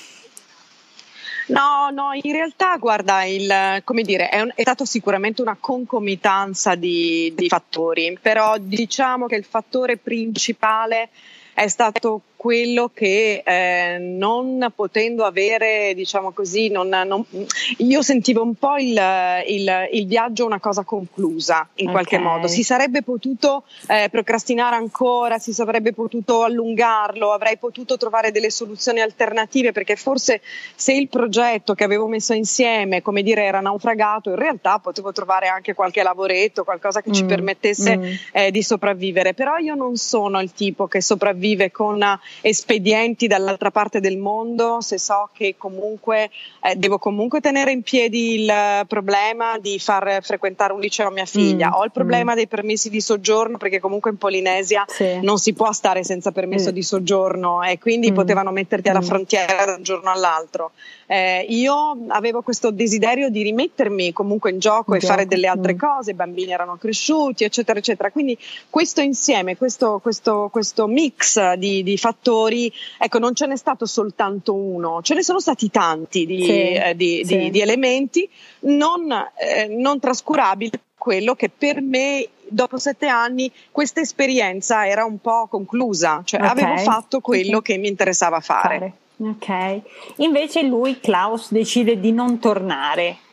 No, no, in realtà guarda, il, come dire, è, un, è stato sicuramente una concomitanza di, di fattori, però diciamo che il fattore principale è stato quello che eh, non potendo avere, diciamo così, non, non, io sentivo un po' il, il, il viaggio una cosa conclusa in okay. qualche modo, si sarebbe potuto eh, procrastinare ancora, si sarebbe potuto allungarlo, avrei potuto trovare delle soluzioni alternative, perché forse se il progetto che avevo messo insieme, come dire, era naufragato, in realtà potevo trovare anche qualche lavoretto, qualcosa che mm. ci permettesse mm. eh, di sopravvivere, però io non sono il tipo che sopravvive con espedienti dall'altra parte del mondo, se so che comunque eh, devo comunque tenere in piedi il problema di far frequentare un liceo a mia figlia, mm, ho il problema mm. dei permessi di soggiorno, perché comunque in Polinesia sì. non si può stare senza permesso mm. di soggiorno e quindi mm. potevano metterti alla frontiera da un giorno all'altro. Eh, io avevo questo desiderio di rimettermi comunque in gioco in e gioco. fare delle altre mm. cose, i bambini erano cresciuti eccetera eccetera, quindi questo insieme, questo, questo, questo mix di, di fattori, ecco, non ce n'è stato soltanto uno, ce ne sono stati tanti di, sì, eh, di, sì. di, di elementi non, eh, non trascurabili, quello che per me dopo sette anni questa esperienza era un po' conclusa, cioè okay. avevo fatto quello okay. che mi interessava fare. fare. Ok, invece lui, Klaus, decide di non tornare.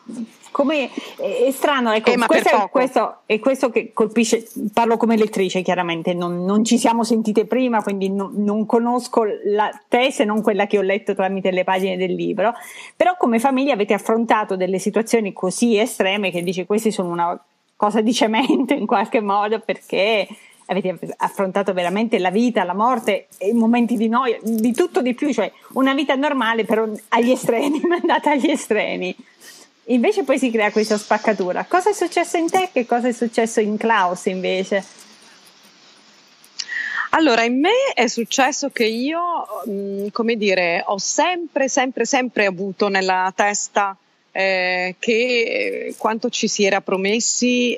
come è strano, ecco, eh, ma questo, per è, questo è questo che colpisce. Parlo come lettrice, chiaramente non, non ci siamo sentite prima, quindi no, non conosco la te se non quella che ho letto tramite le pagine del libro, però come famiglia avete affrontato delle situazioni così estreme che dici questi sono una cosa di cemento in qualche modo, perché avete affrontato veramente la vita, la morte e momenti di noia, di tutto di più, cioè una vita normale però agli estremi, mandata agli estremi. Invece poi si crea questa spaccatura. Cosa è successo in te? Che cosa è successo in Klaus invece? Allora, in me è successo che io, mh, come dire, ho sempre, sempre, sempre avuto nella testa eh, che quanto ci si era promessi,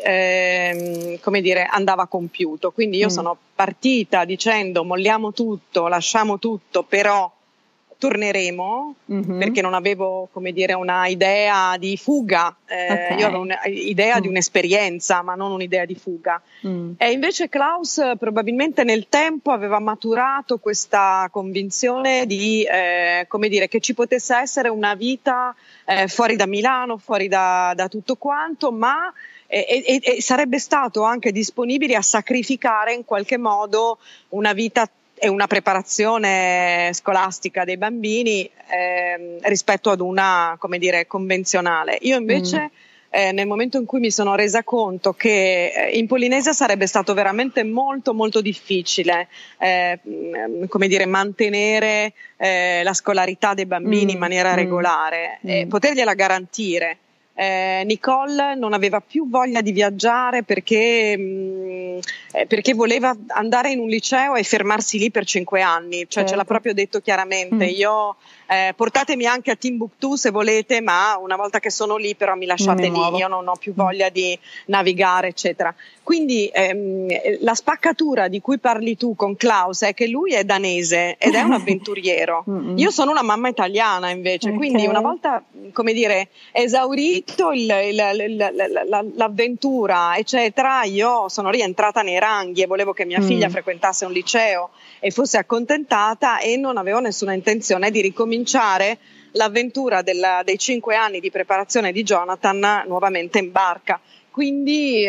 eh, come dire, andava compiuto. Quindi io mm. sono partita dicendo molliamo tutto, lasciamo tutto, però torneremo, mm-hmm. perché non avevo, come dire, una idea di fuga, eh, okay. io avevo un'idea mm. di un'esperienza, ma non un'idea di fuga. Mm. E invece Klaus probabilmente nel tempo aveva maturato questa convinzione di, eh, come dire, che ci potesse essere una vita eh, fuori da Milano, fuori da, da tutto quanto, ma E, e, e sarebbe stato anche disponibile a sacrificare in qualche modo una vita e una preparazione scolastica dei bambini eh, rispetto ad una, come dire, convenzionale. Io invece mm. eh, nel momento in cui mi sono resa conto che eh, in Polinesia sarebbe stato veramente molto molto difficile eh, come dire, mantenere eh, la scolarità dei bambini mm. in maniera regolare mm. e potergliela garantire. Eh, Nicole non aveva più voglia di viaggiare perché, mh, eh, perché voleva andare in un liceo e fermarsi lì per cinque anni, cioè certo. ce l'ha proprio detto chiaramente, mm. io eh, portatemi anche a Timbuktu se volete, ma una volta che sono lì però mi lasciate lì, io non ho più voglia di navigare eccetera. Quindi ehm, la spaccatura di cui parli tu con Klaus è che lui è danese ed è un avventuriero, mm-hmm. io sono una mamma italiana invece, okay. quindi una volta, come dire, esaurito il, il, il, il, l'avventura eccetera, io sono rientrata nei ranghi e volevo che mia mm. figlia frequentasse un liceo e fosse accontentata e non avevo nessuna intenzione di ricominciare l'avventura della, dei cinque anni di preparazione di Jonathan nuovamente in barca. Quindi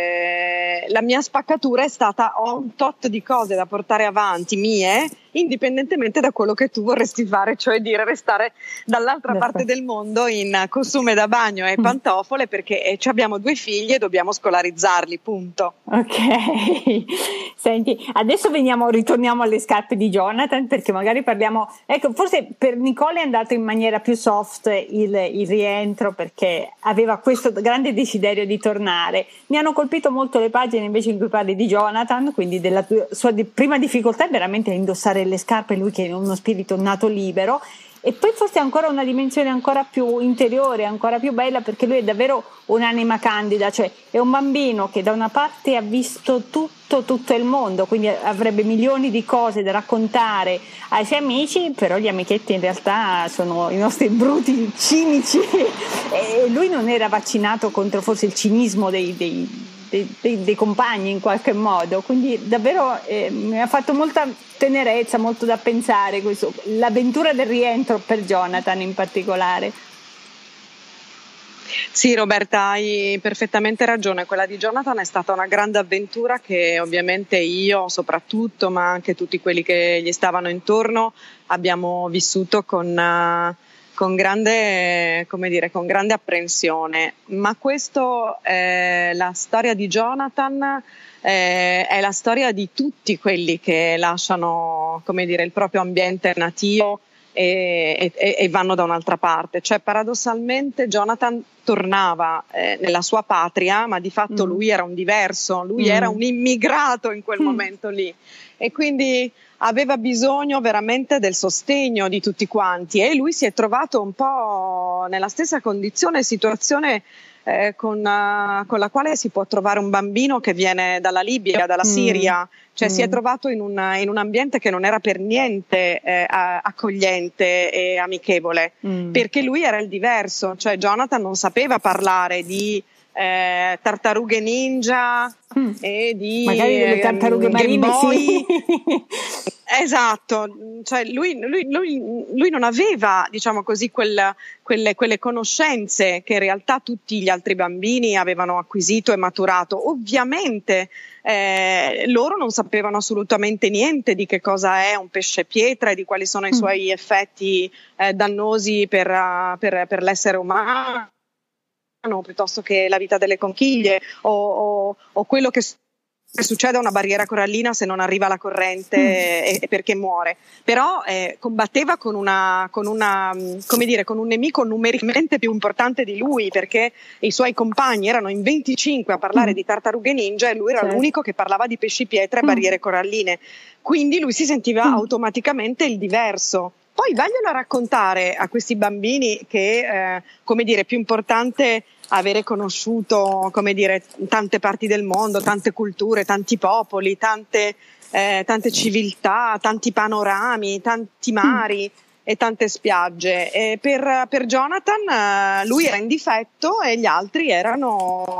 eh, la mia spaccatura è stata: ho un tot di cose da portare avanti mie, indipendentemente da quello che tu vorresti fare, cioè dire restare dall'altra Adesso. parte del mondo in costume da bagno e pantofole, perché eh, abbiamo due figli e dobbiamo scolarizzarli, punto. Ok, senti, adesso veniamo, ritorniamo alle scarpe di Jonathan, perché magari parliamo, ecco, forse per Nicole è andato in maniera più soft il, il rientro, perché aveva questo grande desiderio di tornare. Mi hanno colpito molto le pagine invece in cui parli di Jonathan, quindi della sua di, prima difficoltà è veramente a indossare le scarpe, lui che è uno spirito nato libero, e poi forse ancora una dimensione ancora più interiore, ancora più bella, perché lui è davvero un'anima candida, cioè è un bambino che da una parte ha visto tutto, tutto il mondo, quindi avrebbe milioni di cose da raccontare ai suoi amici, però gli amichetti in realtà sono i nostri bruti cinici e lui non era vaccinato contro forse il cinismo dei, dei Dei, dei, dei compagni in qualche modo, quindi davvero eh, mi ha fatto molta tenerezza, molto da pensare questo, l'avventura del rientro per Jonathan in particolare. Sì, Roberta, hai perfettamente ragione, quella di Jonathan è stata una grande avventura che ovviamente io soprattutto, ma anche tutti quelli che gli stavano intorno, abbiamo vissuto con uh, con grande, come dire, con grande apprensione, ma questo è la storia di Jonathan, eh, è la storia di tutti quelli che lasciano, come dire, il proprio ambiente nativo e, e, e vanno da un'altra parte. Cioè, paradossalmente Jonathan tornava eh, nella sua patria, ma di fatto mm. lui era un diverso, lui mm. era un immigrato in quel mm. momento lì, e quindi aveva bisogno veramente del sostegno di tutti quanti, e lui si è trovato un po' nella stessa condizione e situazione eh, con, uh, con la quale si può trovare un bambino che viene dalla Libia, dalla mm. Siria, cioè mm. si è trovato in un, in un ambiente che non era per niente eh, accogliente e amichevole, mm. perché lui era il diverso, cioè Jonathan non sapeva parlare di eh, tartarughe ninja mm. e di magari delle tartarughe eh, marine, sì. Esatto, cioè lui, lui, lui, lui non aveva, diciamo così, quel, quelle, quelle conoscenze che in realtà tutti gli altri bambini avevano acquisito e maturato. Ovviamente eh, loro non sapevano assolutamente niente di che cosa è un pesce pietra e di quali sono i suoi effetti eh, dannosi per, uh, per, per l'essere umano, piuttosto che la vita delle conchiglie o, o, o quello che succede a una barriera corallina se non arriva la corrente mm. e, e perché muore. Però eh, combatteva con una, con una, come dire, con un nemico numericamente più importante di lui, perché i suoi compagni erano in venticinque a parlare mm. di tartarughe ninja e lui era certo. l'unico che parlava di pesci pietra e mm. barriere coralline. Quindi lui si sentiva mm. automaticamente il diverso. Poi vaglielo a raccontare a questi bambini che, eh, come dire, è più importante avere conosciuto, come dire, tante parti del mondo, tante culture, tanti popoli, tante, eh, tante civiltà, tanti panorami, tanti mari mm. e tante spiagge. E per, per Jonathan eh, lui era in difetto e gli altri erano...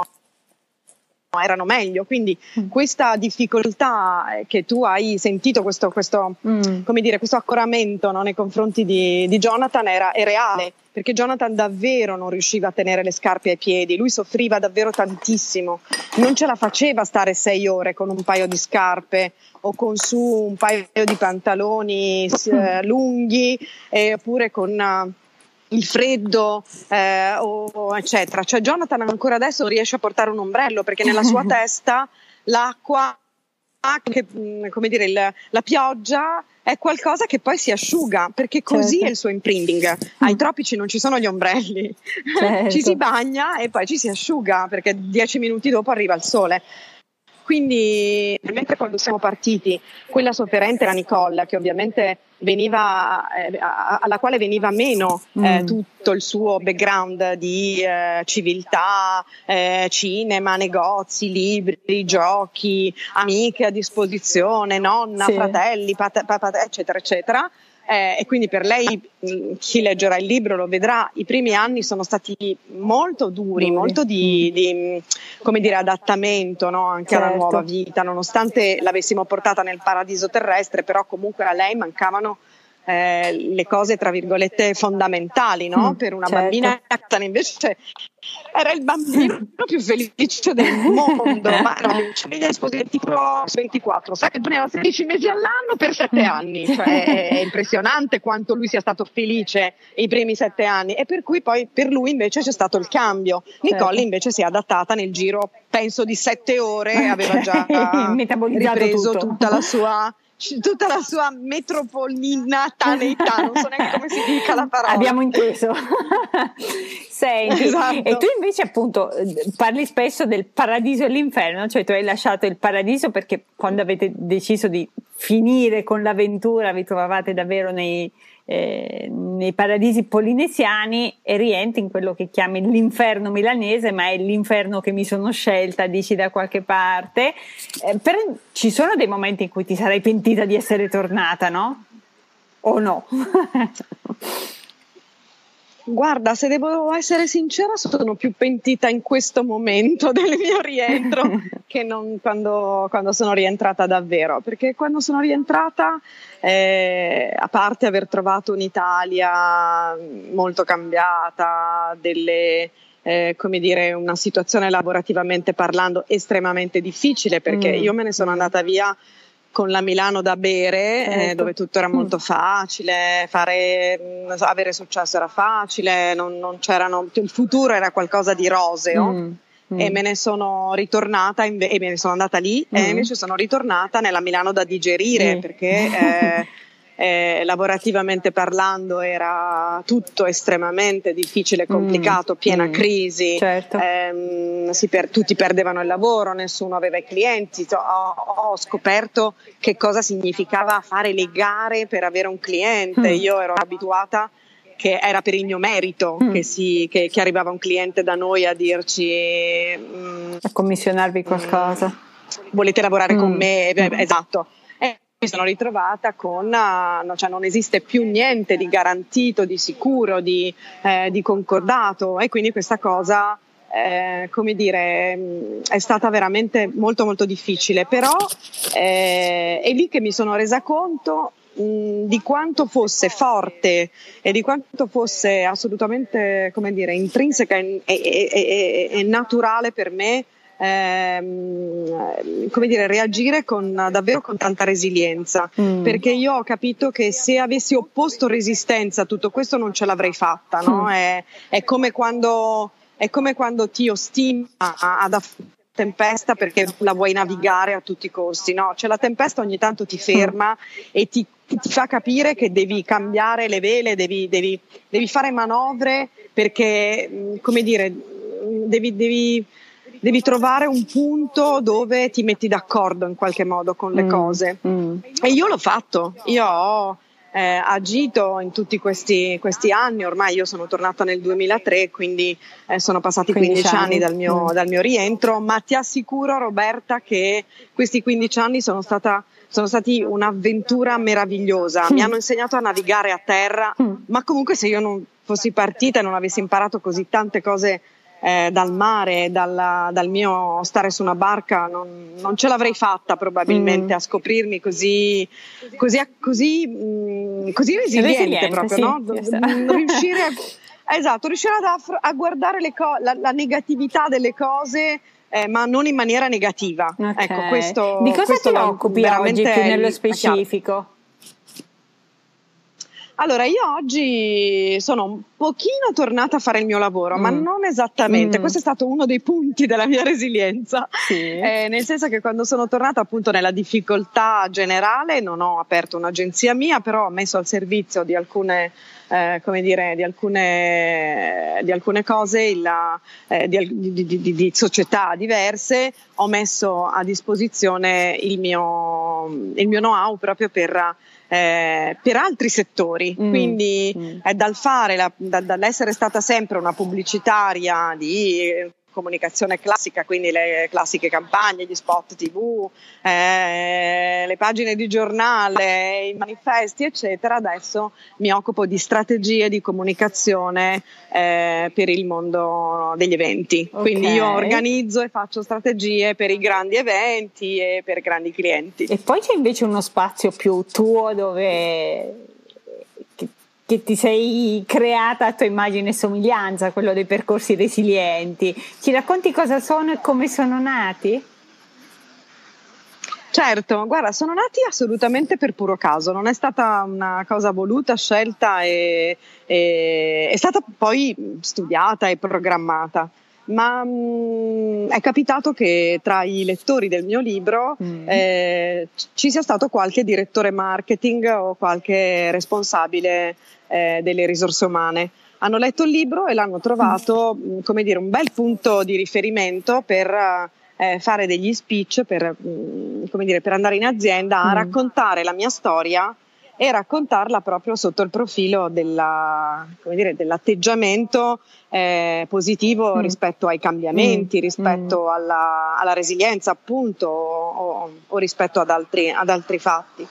erano meglio, quindi mm. questa difficoltà che tu hai sentito, questo, questo mm. come dire, questo accoramento, no, nei confronti di, di Jonathan era, è reale, perché Jonathan davvero non riusciva a tenere le scarpe ai piedi, lui soffriva davvero tantissimo, non ce la faceva stare sei ore con un paio di scarpe o con su un paio di pantaloni eh, lunghi eh, oppure con uh, il freddo eh, o eccetera. Cioè Jonathan ancora adesso non riesce a portare un ombrello perché nella sua testa l'acqua, che, come dire, il, la pioggia è qualcosa che poi si asciuga, perché così certo. è il suo imprinting. Ai tropici non ci sono gli ombrelli, certo. ci si bagna e poi ci si asciuga perché dieci minuti dopo arriva il sole. Quindi, mentre quando siamo partiti, quella sofferente era Nicole, che ovviamente veniva, eh, alla quale veniva meno eh, mm. tutto il suo background di eh, civiltà, eh, cinema, negozi, libri, giochi, amiche a disposizione, nonna, sì. fratelli, pat- pat- eccetera, eccetera. Eh, e quindi per lei, chi leggerà il libro lo vedrà, i primi anni sono stati molto duri, duri. molto di, di come dire, adattamento, no? Anche certo. alla nuova vita, nonostante l'avessimo portata nel paradiso terrestre, però comunque a lei mancavano eh, le cose tra virgolette fondamentali, no? Mm, per una certo. bambina. Invece era il bambino più felice del mondo, ma no, famiglia sposi tipo ventiquattro, sai che ne sedici mesi all'anno per sette anni, cioè è, è impressionante quanto lui sia stato felice i primi sette anni, e per cui poi per lui invece c'è stato il cambio. Nicole certo. invece si è adattata nel giro penso di sette ore, aveva già ripreso tutto. tutta la sua tutta la sua metropolitaneità, non so neanche come si dica la parola. Abbiamo inteso. Senti, esatto. E tu invece appunto parli spesso del paradiso e l'inferno, cioè tu hai lasciato il paradiso perché quando avete deciso di finire con l'avventura vi trovavate davvero nei, eh, nei paradisi polinesiani, e rientri in quello che chiami l'inferno milanese, ma è l'inferno che mi sono scelta, dici da qualche parte. Eh, però ci sono dei momenti in cui ti sarai pentita di essere tornata, no? O no? Guarda, se devo essere sincera, sono più pentita in questo momento del mio rientro che non quando, quando sono rientrata davvero, perché quando sono rientrata, eh, a parte aver trovato un'Italia molto cambiata, delle, eh, come dire, una situazione lavorativamente parlando estremamente difficile, perché mm. io me ne sono andata via con la Milano da bere, certo. eh, dove tutto era molto facile, fare, avere successo era facile, non, non c'erano, il futuro era qualcosa di roseo. Mm. Mm. E me ne sono ritornata inve- e me ne sono andata lì mm. e invece sono ritornata nella Milano da digerire, mm. perché eh, eh, lavorativamente parlando era tutto estremamente difficile, complicato, mm. piena mm. crisi, certo. ehm, si per- tutti perdevano il lavoro, nessuno aveva i clienti. Ho, ho scoperto che cosa significava fare le gare per avere un cliente. Mm. Io ero abituata che era per il mio merito mm. che, si, che, che arrivava un cliente da noi a dirci mm, a commissionarvi qualcosa, mm, volete lavorare mm. con me, mm. esatto. E mi sono ritrovata con no, cioè non esiste più niente di garantito, di sicuro, di, eh, di concordato, e quindi questa cosa eh, come dire, è stata veramente molto molto difficile, però eh, è lì che mi sono resa conto mh, di quanto fosse forte e di quanto fosse assolutamente, come dire, intrinseca e, e, e, e naturale per me, ehm, come dire, reagire con davvero con tanta resilienza, mm. perché io ho capito che se avessi opposto resistenza a tutto questo non ce l'avrei fatta, no? Mm. È, è come quando è come quando ti ostini ad affrontare la tempesta perché la vuoi navigare a tutti i costi, no? Cioè la tempesta ogni tanto ti ferma mm. e ti, ti fa capire che devi cambiare le vele, devi, devi, devi fare manovre perché, come dire, devi, devi devi trovare un punto dove ti metti d'accordo in qualche modo con le mm, cose mm. e io l'ho fatto, io ho eh, agito in tutti questi, questi anni, ormai io sono tornata nel duemilatré, quindi eh, sono passati quindici anni dal mio, mm. dal mio rientro, ma ti assicuro, Roberta, che questi quindici anni sono stata sono stati un'avventura meravigliosa, mm. mi hanno insegnato a navigare a terra, mm. ma comunque se io non fossi partita e non avessi imparato così tante cose Eh, dal mare, dalla, dal mio stare su una barca, non, non ce l'avrei fatta probabilmente mm. a scoprirmi così così così, mh, così resiliente, resiliente proprio, sì, no? Yes. riuscire a, esatto, riuscire ad, a guardare le co- la, la negatività delle cose, eh, ma non in maniera negativa. Okay. Ecco, questo, di cosa questo ti occupi oggi più nello specifico? Allora, io oggi sono un pochino tornata a fare il mio lavoro, mm. ma non esattamente. Mm. Questo è stato uno dei punti della mia resilienza, sì. eh, nel senso che quando sono tornata appunto nella difficoltà generale non ho aperto un'agenzia mia, però ho messo al servizio di alcune, eh, come dire, di alcune, di alcune cose, il, eh, di, di, di, di società diverse, ho messo a disposizione il mio, il mio know-how proprio per Eh, per altri settori, mm, quindi mm. è dal fare la, da, dall'essere stata sempre una pubblicitaria di comunicazione classica, quindi le classiche campagne, gli spot tivù, eh, le pagine di giornale, i manifesti eccetera. Adesso mi occupo di strategie di comunicazione eh, per il mondo degli eventi, okay. Quindi io organizzo e faccio strategie per i grandi eventi e per grandi clienti. E poi c'è invece uno spazio più tuo dove che ti sei creata a tua immagine e somiglianza, quello dei percorsi resilienti. Ci racconti cosa sono e come sono nati? Certo, guarda, sono nati assolutamente per puro caso, non è stata una cosa voluta, scelta e, e è stata poi studiata e programmata. Ma mh, è capitato che tra i lettori del mio libro mm. eh, ci sia stato qualche direttore marketing o qualche responsabile eh, delle risorse umane. Hanno letto il libro e l'hanno trovato, mm. mh, come dire, un bel punto di riferimento per eh, fare degli speech, per, mh, come dire, per andare in azienda a mm. raccontare la mia storia e raccontarla proprio sotto il profilo della, come dire, dell'atteggiamento eh, positivo mm. rispetto ai cambiamenti, mm. rispetto mm. alla, alla resilienza appunto o, o rispetto ad altri, ad altri fatti.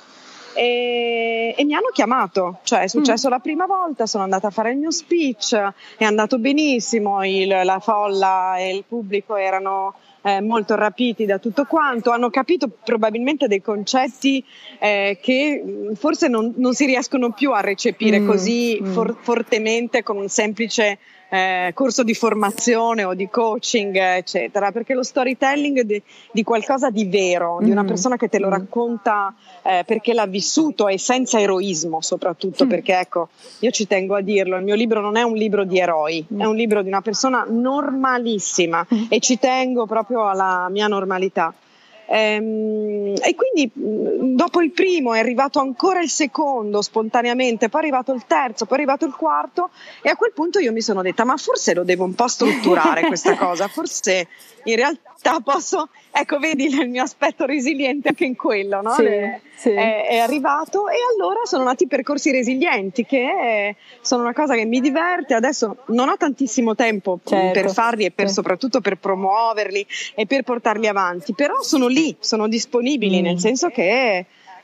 E, e mi hanno chiamato, cioè è successo mm. la prima volta, sono andata a fare il mio speech, è andato benissimo, il, la folla e il pubblico erano Eh, molto rapiti da tutto quanto, hanno capito probabilmente dei concetti eh, che forse non, non si riescono più a recepire mm, così mm. For, fortemente con un semplice eh, corso di formazione o di coaching eccetera, perché lo storytelling di, di qualcosa di vero, mm. di una persona che te lo racconta eh, perché l'ha vissuto e senza eroismo soprattutto, mm. perché ecco, io ci tengo a dirlo, il mio libro non è un libro di eroi, mm. è un libro di una persona normalissima mm. e ci tengo proprio alla mia normalità. Ehm, e quindi dopo il primo è arrivato ancora il secondo spontaneamente, poi è arrivato il terzo, poi è arrivato il quarto e a quel punto io mi sono detta ma forse lo devo un po' strutturare questa cosa, forse in realtà posso, ecco vedi il mio aspetto resiliente anche in quello, no? Sì, Le, sì. È, è arrivato e allora sono nati i percorsi resilienti che sono una cosa che mi diverte. Adesso non ho tantissimo tempo certo, per farli e per, sì. soprattutto per promuoverli e per portarli avanti, però sono lì, sono disponibili mm. nel senso che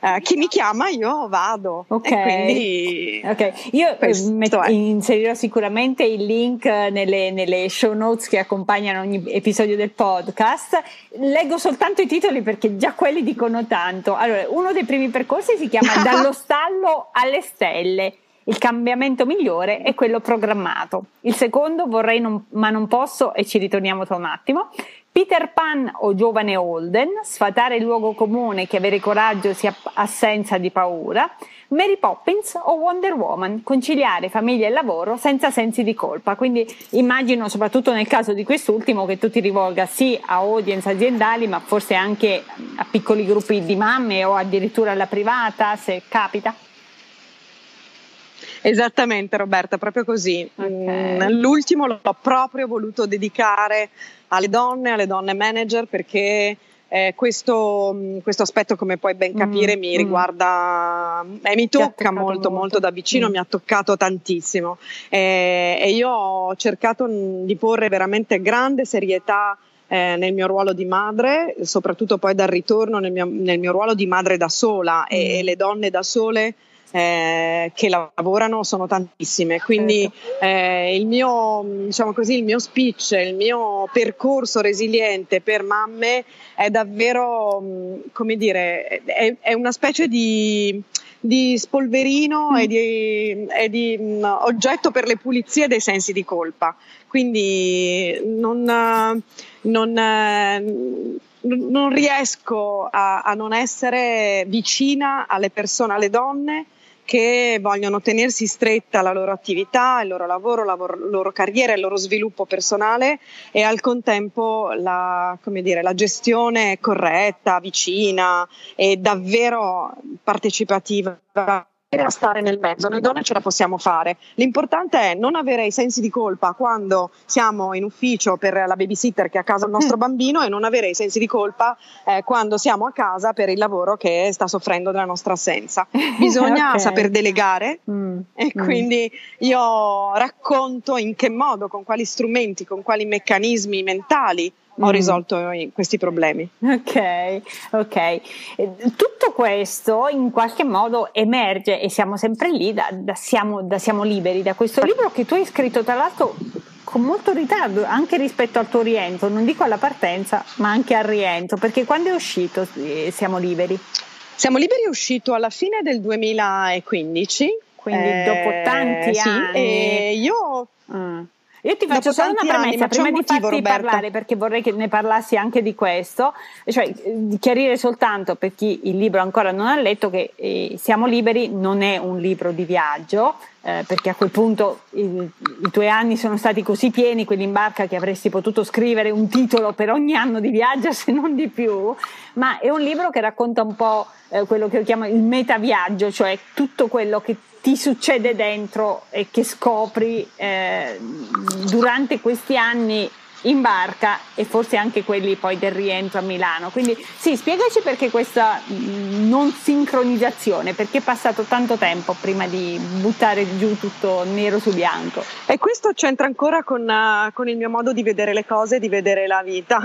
uh, chi mi chiama io vado. Ok, e quindi okay. Io met- inserirò sicuramente il link nelle, nelle show notes che accompagnano ogni episodio del podcast. Leggo soltanto i titoli perché già quelli dicono tanto. Allora, uno dei primi percorsi si chiama Dallo stallo alle stelle. Il cambiamento migliore è quello programmato. Il secondo, Vorrei non, ma non posso, e ci ritorniamo tra un attimo. Peter Pan o Giovane Holden, sfatare il luogo comune che avere coraggio sia assenza di paura. Mary Poppins o Wonder Woman, conciliare famiglia e lavoro senza sensi di colpa. Quindi immagino, soprattutto nel caso di quest'ultimo, che tu ti rivolga sì a audience aziendali, ma forse anche a piccoli gruppi di mamme o addirittura alla privata, se capita. Esattamente, Roberta, proprio così. Okay. L'ultimo l'ho proprio voluto dedicare alle donne, alle donne manager, perché eh, questo, questo aspetto, come puoi ben capire, mm, mi riguarda e eh, mi tocca molto, molto, molto da vicino, mm. mi ha toccato tantissimo. Eh, e io ho cercato di porre veramente grande serietà Eh, nel mio ruolo di madre, soprattutto poi dal ritorno nel mio, nel mio ruolo di madre da sola, mm. e, e le donne da sole Eh, che lavorano sono tantissime, quindi eh, il mio, diciamo così, il mio speech, il mio percorso resiliente per mamme è davvero, come dire, è, è una specie di, di spolverino mm. e di, e di um, oggetto per le pulizie dei sensi di colpa, quindi non, non non riesco a, a non essere vicina alle persone, alle donne che vogliono tenersi stretta la loro attività, il loro lavoro, la loro carriera, il loro sviluppo personale, e al contempo la, come dire, la gestione corretta, vicina e davvero partecipativa, a stare nel mezzo. Noi donne ce la possiamo fare. L'importante è non avere i sensi di colpa quando siamo in ufficio per la babysitter che è a casa il nostro bambino, e non avere i sensi di colpa eh, quando siamo a casa per il lavoro che sta soffrendo della nostra assenza. Bisogna okay. saper delegare mm. e mm. quindi io racconto in che modo, con quali strumenti, con quali meccanismi mentali ho risolto mm. questi problemi. Ok, ok. Tutto questo in qualche modo emerge, e siamo sempre lì, da, da, siamo, da siamo liberi, da questo libro che tu hai scritto tra l'altro con molto ritardo anche rispetto al tuo rientro, non dico alla partenza ma anche al rientro, perché quando è uscito eh, Siamo Liberi? Siamo Liberi è uscito alla fine del duemilaquindici, quindi eh, dopo tanti sì, anni. E io mm. Io ti faccio solo una premessa prima di motivo, farti Roberta. parlare, perché vorrei che ne parlassi anche di questo, cioè di chiarire soltanto per chi il libro ancora non ha letto che eh, Siamo Liberi non è un libro di viaggio, eh, perché a quel punto i, i tuoi anni sono stati così pieni, quelli in barca, che avresti potuto scrivere un titolo per ogni anno di viaggio, se non di più, ma è un libro che racconta un po' eh, quello che io chiamo il metaviaggio, cioè tutto quello che ti succede dentro e che scopri eh, durante questi anni in barca, e forse anche quelli poi del rientro a Milano. Quindi sì, spiegaci perché questa non sincronizzazione, perché è passato tanto tempo prima di buttare giù tutto nero su bianco. E questo c'entra ancora con, uh, con il mio modo di vedere le cose, di vedere la vita.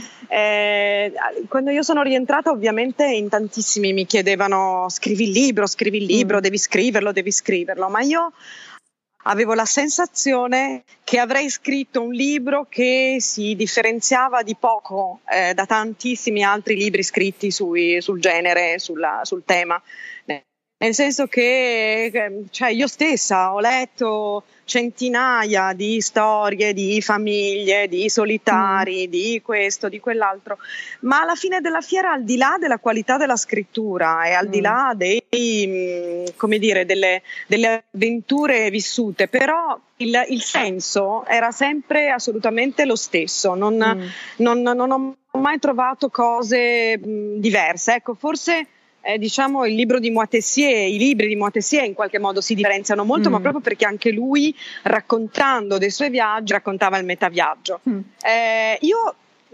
eh, quando io sono rientrata, ovviamente in tantissimi mi chiedevano: scrivi il libro, scrivi il libro, mm. devi scriverlo, devi scriverlo, ma io avevo la sensazione che avrei scritto un libro che si differenziava di poco eh, da tantissimi altri libri scritti sui, sul genere, sulla, sul tema. Nel senso che cioè, io stessa ho letto centinaia di storie di famiglie, di solitari, mm. di questo, di quell'altro, ma alla fine della fiera, al di là della qualità della scrittura e al mm. di là dei, come dire, delle, delle avventure vissute, però il, il senso era sempre assolutamente lo stesso, non, mm. non, non ho mai trovato cose mh, diverse. Ecco, forse Eh, diciamo il libro di Moitessier, i libri di Moitessier in qualche modo si differenziano molto, mm. ma proprio perché anche lui, raccontando dei suoi viaggi, raccontava il metaviaggio. Mm. Eh, io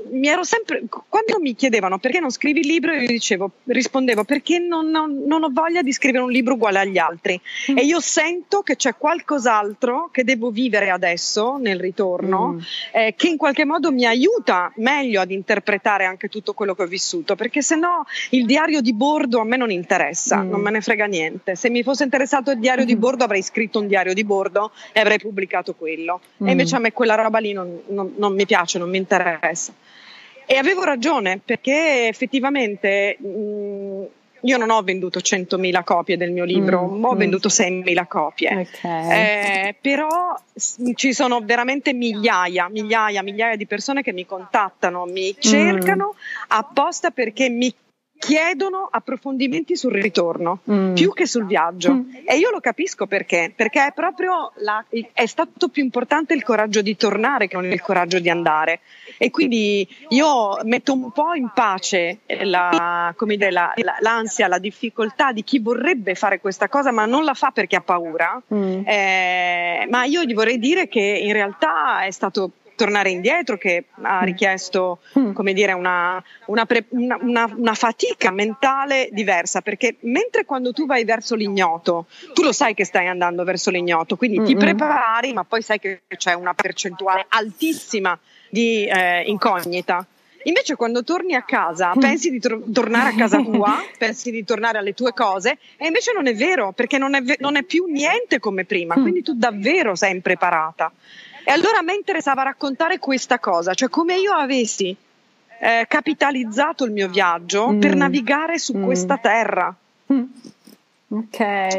mi ero sempre, quando mi chiedevano perché non scrivi il libro, io dicevo, rispondevo perché non, non, non ho voglia di scrivere un libro uguale agli altri mm. e io sento che c'è qualcos'altro che devo vivere adesso nel ritorno mm. eh, che in qualche modo mi aiuta meglio ad interpretare anche tutto quello che ho vissuto, perché se no il diario di bordo a me non interessa, mm. non me ne frega niente. Se mi fosse interessato il diario mm. di bordo avrei scritto un diario di bordo e avrei pubblicato quello mm. e invece a me quella roba lì non, non, non mi piace, non mi interessa. E avevo ragione, perché effettivamente mh, io non ho venduto centomila copie del mio libro, mm, ho mm. venduto seimila copie, okay. eh, però ci sono veramente migliaia, migliaia, migliaia di persone che mi contattano, mi cercano mm. apposta perché mi chiedono approfondimenti sul ritorno mm. più che sul viaggio mm. e io lo capisco perché perché è proprio la, è stato più importante il coraggio di tornare che non il coraggio di andare, e quindi io metto un po' in pace la, come dire, la, la, l'ansia, la difficoltà di chi vorrebbe fare questa cosa ma non la fa perché ha paura mm. eh, ma io gli vorrei dire che in realtà è stato tornare indietro che ha richiesto come dire una, una, pre, una, una, una fatica mentale diversa, perché mentre quando tu vai verso l'ignoto tu lo sai che stai andando verso l'ignoto, quindi mm-hmm. ti prepari ma poi sai che c'è una percentuale altissima di eh, incognita. Invece quando torni a casa pensi di tor- tornare a casa tua, pensi di tornare alle tue cose, e invece non è vero, perché non è, ve- non è più niente come prima, quindi tu davvero sei impreparata. E allora a me interessava raccontare questa cosa, cioè come io avessi eh, capitalizzato il mio viaggio mm. per navigare su mm. questa terra. Mm. Ok.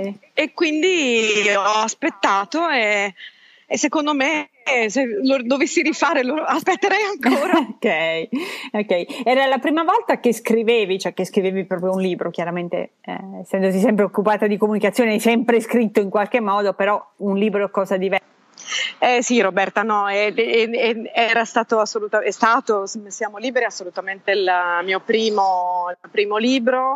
E quindi ho aspettato e, e secondo me se lo dovessi rifare lo aspetterei ancora. Ok, ok. Era la prima volta che scrivevi, cioè che scrivevi proprio un libro, chiaramente eh, essendoti sempre occupata di comunicazione hai sempre scritto in qualche modo, però un libro è cosa diversa. Eh sì Roberta, no, è, è, è, era stato assolutamente, è stato, Siamo Liberi, assolutamente il mio primo, il primo libro,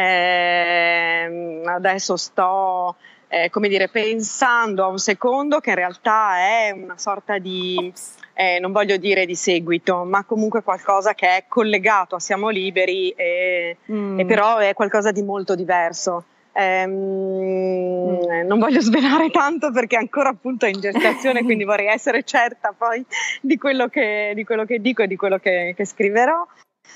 eh, adesso sto eh, come dire pensando a un secondo che in realtà è una sorta di, eh, non voglio dire di seguito, ma comunque qualcosa che è collegato a Siamo Liberi e, mm. e però è qualcosa di molto diverso. Eh, mm. Non voglio svelare tanto perché ancora appunto è in gestazione, quindi vorrei essere certa poi di quello che, di quello che dico e di quello che, che scriverò.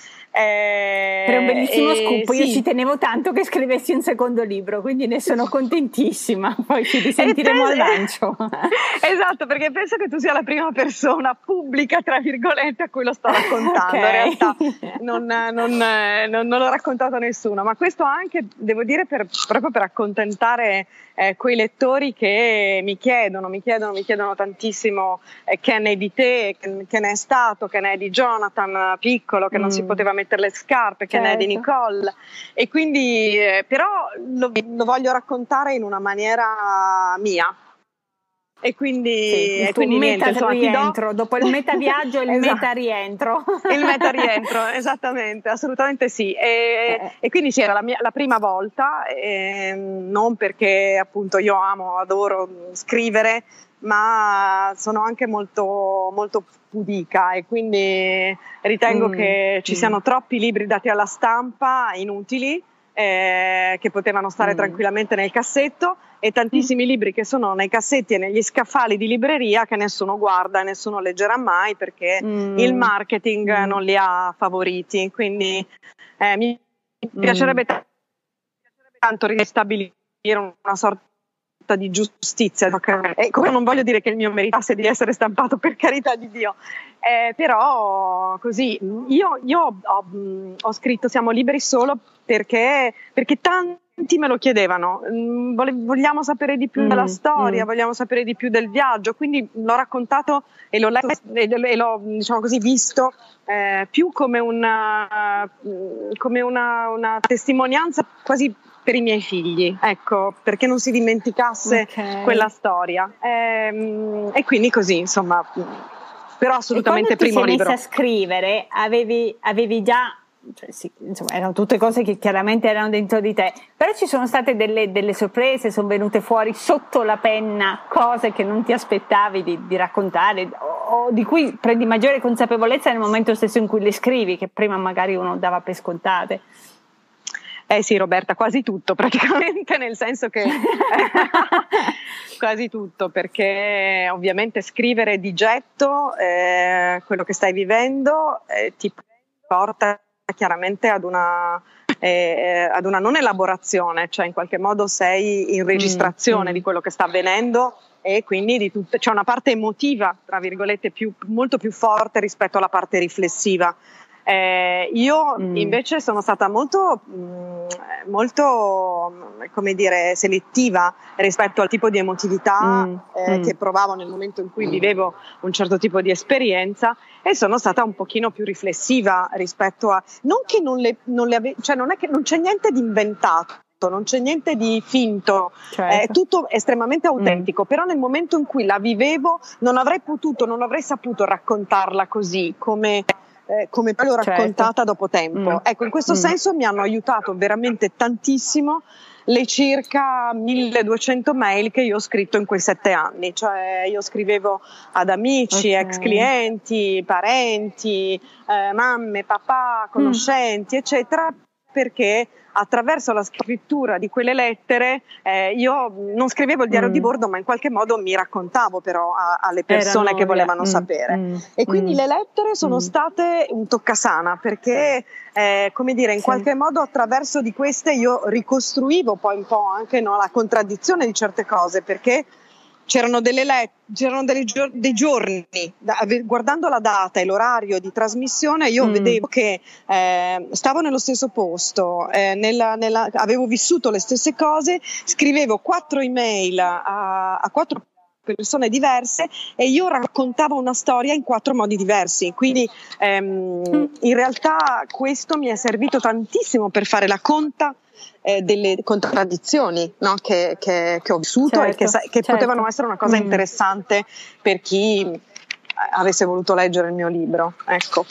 Eh, Era un bellissimo scoop, io sì. ci tenevo tanto che scrivessi un secondo libro, quindi ne sono contentissima, poi ci risentiremo al lancio. Esatto, perché penso che tu sia la prima persona pubblica tra virgolette a cui lo sto raccontando, okay. In realtà non, non, non, non l'ho raccontato a nessuno, ma questo anche devo dire per, proprio per accontentare eh, quei lettori che mi chiedono, mi chiedono, mi chiedono tantissimo eh, che ne è di te, che, che ne è stato, che ne è di Jonathan piccolo, che mm. non si poteva mettere le scarpe, che certo. ne è di Nicole, e quindi eh, però lo, lo voglio raccontare in una maniera mia. E quindi, sì, e quindi meta niente, insomma, rientro, do... dopo il meta viaggio il esatto. meta rientro. Il meta rientro, esattamente, assolutamente sì. E, eh. e quindi sì, era la, mia, la prima volta, e non perché appunto io amo, adoro scrivere, ma sono anche molto, molto pudica e quindi ritengo mm. che ci siano mm. troppi libri dati alla stampa inutili, eh, che potevano stare mm. tranquillamente nel cassetto, e tantissimi mm. libri che sono nei cassetti e negli scaffali di libreria che nessuno guarda e nessuno leggerà mai perché mm. il marketing mm. non li ha favoriti. Quindi eh, mi mm. piacerebbe t- tanto ristabilire una sorta di giustizia, okay? E come non voglio dire che il mio meritasse di essere stampato, per carità di Dio, eh, però così io, io ho, ho scritto Siamo Liberi solo perché, perché tanti me lo chiedevano, vogliamo sapere di più mm, della storia, mm. vogliamo sapere di più del viaggio, quindi l'ho raccontato e l'ho letto e l'ho, diciamo così, visto eh, più come una, come una, una testimonianza quasi per i miei figli, ecco, perché non si dimenticasse okay. quella storia, e, e quindi così, insomma, però assolutamente primo libro. E quando ti sei messa a scrivere, avevi, avevi già cioè, sì, insomma, erano tutte cose che chiaramente erano dentro di te, però ci sono state delle, delle sorprese, sono venute fuori sotto la penna cose che non ti aspettavi di, di raccontare o, o di cui prendi maggiore consapevolezza nel momento stesso in cui le scrivi, che prima magari uno dava per scontate. Eh sì, Roberta, quasi tutto praticamente, nel senso che quasi tutto, perché ovviamente scrivere di getto eh, quello che stai vivendo eh, ti porta chiaramente ad una, eh, ad una non elaborazione, cioè in qualche modo sei in registrazione mm, mm. di quello che sta avvenendo e quindi di tutto, c'è una parte emotiva, tra virgolette, più, molto più forte rispetto alla parte riflessiva. Eh, io mm. invece sono stata molto, mh, molto, come dire, selettiva rispetto al tipo di emotività mm. Eh, mm. che provavo nel momento in cui vivevo un certo tipo di esperienza, e sono stata un pochino più riflessiva rispetto a, non che non le, non le ave, cioè non è che non c'è niente di inventato, non c'è niente di finto, certo. È tutto estremamente autentico, mm. però nel momento in cui la vivevo non avrei potuto, non avrei saputo raccontarla così come Eh, come poi l'ho raccontata certo. dopo tempo. Mm. Ecco, in questo mm. senso mi hanno aiutato veramente tantissimo le circa milleduecento mail che io ho scritto in quei sette anni, cioè io scrivevo ad amici, okay. ex clienti, parenti, eh, mamme, papà, conoscenti, mm. eccetera, perché attraverso la scrittura di quelle lettere eh, io non scrivevo il diario mm. di bordo, ma in qualche modo mi raccontavo però a, alle persone Erano, che volevano mm, sapere mm, e quindi mm, le lettere sono mm. state un toccasana, perché eh, come dire in sì. qualche modo attraverso di queste io ricostruivo poi un po' anche no, la contraddizione di certe cose, perché c'erano delle let- c'erano dei, gior- dei giorni, da, guardando la data e l'orario di trasmissione, io mm. vedevo che eh, stavo nello stesso posto, eh, nella, nella, avevo vissuto le stesse cose, scrivevo quattro email a, a quattro persone diverse e io raccontavo una storia in quattro modi diversi, quindi ehm, mm. in realtà questo mi è servito tantissimo per fare la conta Eh, delle contraddizioni no? che, che, che ho vissuto certo, e che, che certo. potevano essere una cosa mm. interessante per chi avesse voluto leggere il mio libro. Ecco.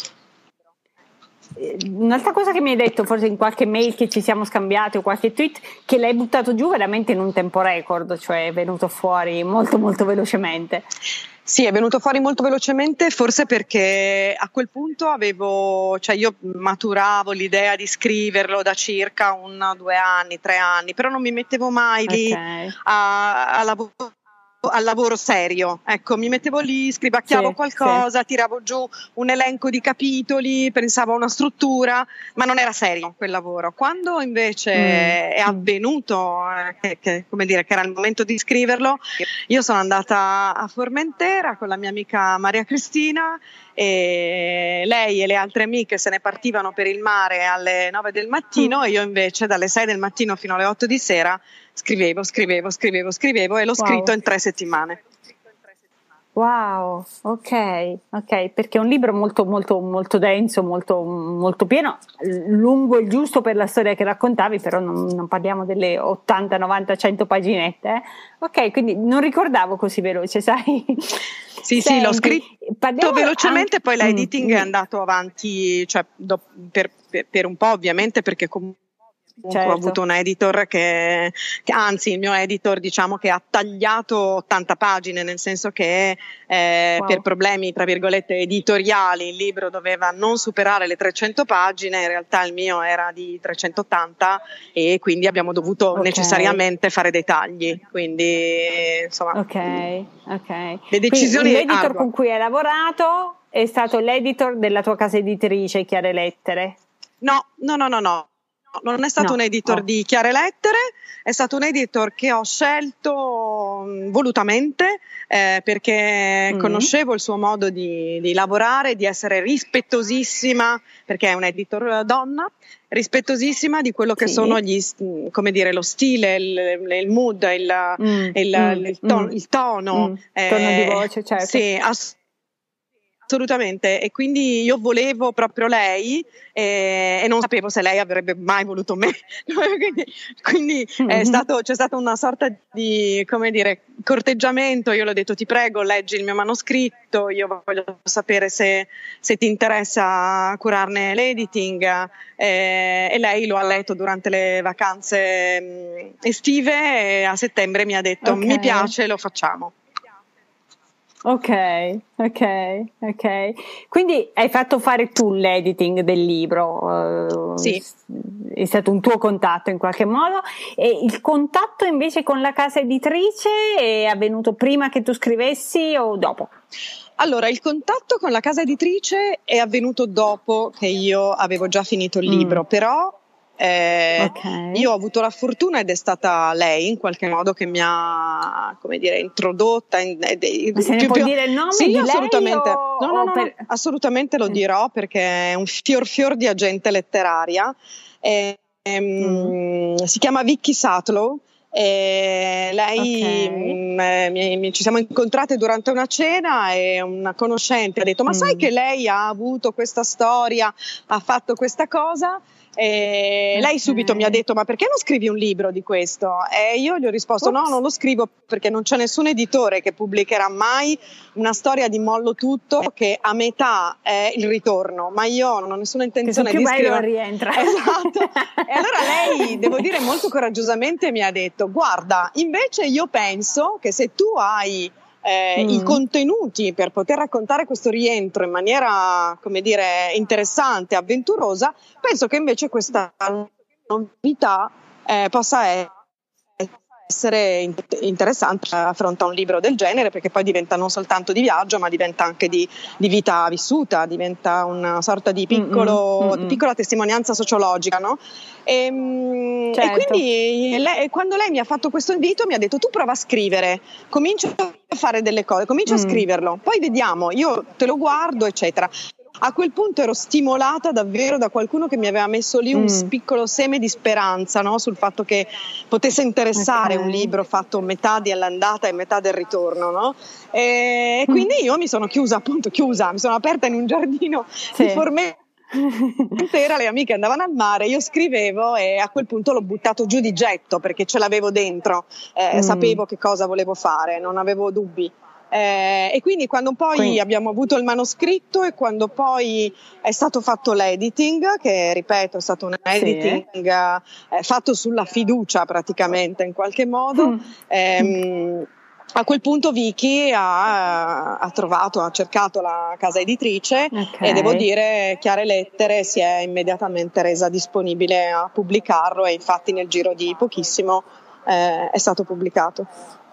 Un'altra cosa che mi hai detto, forse in qualche mail che ci siamo scambiati o qualche tweet, che l'hai buttato giù veramente in un tempo record, cioè è venuto fuori molto molto velocemente. Sì, è venuto fuori molto velocemente, forse perché a quel punto avevo, cioè io maturavo l'idea di scriverlo da circa un, due anni, tre anni, però non mi mettevo mai lì okay. a, a lavorare. al lavoro serio, ecco, mi mettevo lì, scribacchiavo sì, qualcosa, sì. tiravo giù un elenco di capitoli, pensavo a una struttura, ma non era serio quel lavoro. Quando invece mm. è avvenuto, eh, che, che, come dire, che era il momento di scriverlo, io sono andata a Formentera con la mia amica Maria Cristina e lei e le altre amiche se ne partivano per il mare alle nove del mattino mm. e io invece dalle sei del mattino fino alle otto di sera scrivevo, scrivevo, scrivevo, scrivevo e l'ho wow. scritto in tre settimane. Wow, ok, ok, perché è un libro molto molto molto denso, molto molto pieno, lungo il giusto per la storia che raccontavi, però non, non parliamo delle ottanta, novanta, cento paginette. Eh? Ok, quindi non ricordavo così veloce, sai? Sì, Senti, sì, l'ho scritto velocemente, anche... poi l'editing mm, è andato avanti, cioè do, per, per, per un po' ovviamente, perché comunque Certo. ho avuto un editor che, che anzi il mio editor diciamo che ha tagliato ottanta pagine, nel senso che eh, wow. per problemi tra virgolette editoriali il libro doveva non superare le trecento pagine, in realtà il mio era di trecentottanta e quindi abbiamo dovuto okay. necessariamente fare dei tagli, quindi insomma ok, ok. Le decisioni quindi l'editor ardua. Con cui hai lavorato è stato l'editor della tua casa editrice Chiare Lettere? No, no, no, no, no. Non è stato no. un editor oh. di Chiare Lettere, è stato un editor che ho scelto volutamente eh, perché mm. conoscevo il suo modo di, di lavorare, di essere rispettosissima, perché è un editor donna, rispettosissima di quello che sì. sono gli, come dire, lo stile, il, il mood, il, mm. il, mm. il, ton, mm. il tono, mm. eh, tono di voce, certo. Sì, ass- assolutamente, e quindi io volevo proprio lei e, e non sapevo se lei avrebbe mai voluto me. quindi quindi è stato, c'è stata una sorta di, come dire, corteggiamento. Io le ho detto: ti prego, leggi il mio manoscritto, io voglio sapere se, se ti interessa curarne l'editing, eh, e lei lo ha letto durante le vacanze mh, estive, e a settembre mi ha detto: okay. mi piace, lo facciamo. Ok, ok, ok. Quindi hai fatto fare tu l'editing del libro? Sì. È stato un tuo contatto in qualche modo, e il contatto invece con la casa editrice è avvenuto prima che tu scrivessi o dopo? Allora, il contatto con la casa editrice è avvenuto dopo che io avevo già finito il libro, mm. però Eh, okay. io ho avuto la fortuna, ed è stata lei in qualche modo che mi ha, come dire, introdotta in, in, Ma se ne più, può più, dire il nome sì, di assolutamente. lei o, no, no, no, per... no, assolutamente lo dirò, perché è un fior fior di agente letteraria. Eh, ehm, mm. Si chiama Vicky Satlow. E lei okay. mh, mi, ci siamo incontrate durante una cena, e una conoscente ha detto: ma mm. sai che lei ha avuto questa storia, ha fatto questa cosa? E okay. lei subito mi ha detto: ma perché non scrivi un libro di questo? E io gli ho risposto: Ops. no, non lo scrivo, perché non c'è nessun editore che pubblicherà mai una storia di mollo tutto che a metà è il ritorno, ma io non ho nessuna intenzione di scrivere. Rientra. Esatto. E allora lei, devo dire, molto coraggiosamente mi ha detto: guarda, invece io penso che se tu hai Eh, mm. i contenuti per poter raccontare questo rientro in maniera, come dire, interessante, avventurosa, penso che invece questa novità eh, possa essere interessante a fronte a un libro del genere, perché poi diventa non soltanto di viaggio, ma diventa anche di, di vita vissuta, diventa una sorta di, piccolo, mm-hmm. di piccola testimonianza sociologica, no? E, certo. e quindi lei, quando lei mi ha fatto questo invito, mi ha detto: tu prova a scrivere, comincia a fare delle cose, comincia mm. a scriverlo, poi vediamo, io te lo guardo, eccetera. A quel punto ero stimolata davvero da qualcuno che mi aveva messo lì un mm. piccolo seme di speranza, no? Sul fatto che potesse interessare okay. un libro fatto metà dell'andata e metà del ritorno, no? E mm. quindi io mi sono chiusa, appunto chiusa, mi sono aperta in un giardino sì. di formetta. Era, le amiche andavano al mare, io scrivevo, e a quel punto l'ho buttato giù di getto, perché ce l'avevo dentro, eh, mm. sapevo che cosa volevo fare, non avevo dubbi. Eh, e quindi quando poi quindi. abbiamo avuto il manoscritto, e quando poi è stato fatto l'editing, che ripeto è stato un editing sì. eh, fatto sulla fiducia praticamente, in qualche modo, mm. ehm, a quel punto Vicky ha, ha trovato, ha cercato la casa editrice okay. e devo dire, Chiare Lettere si è immediatamente resa disponibile a pubblicarlo, e infatti nel giro di pochissimo eh, è stato pubblicato.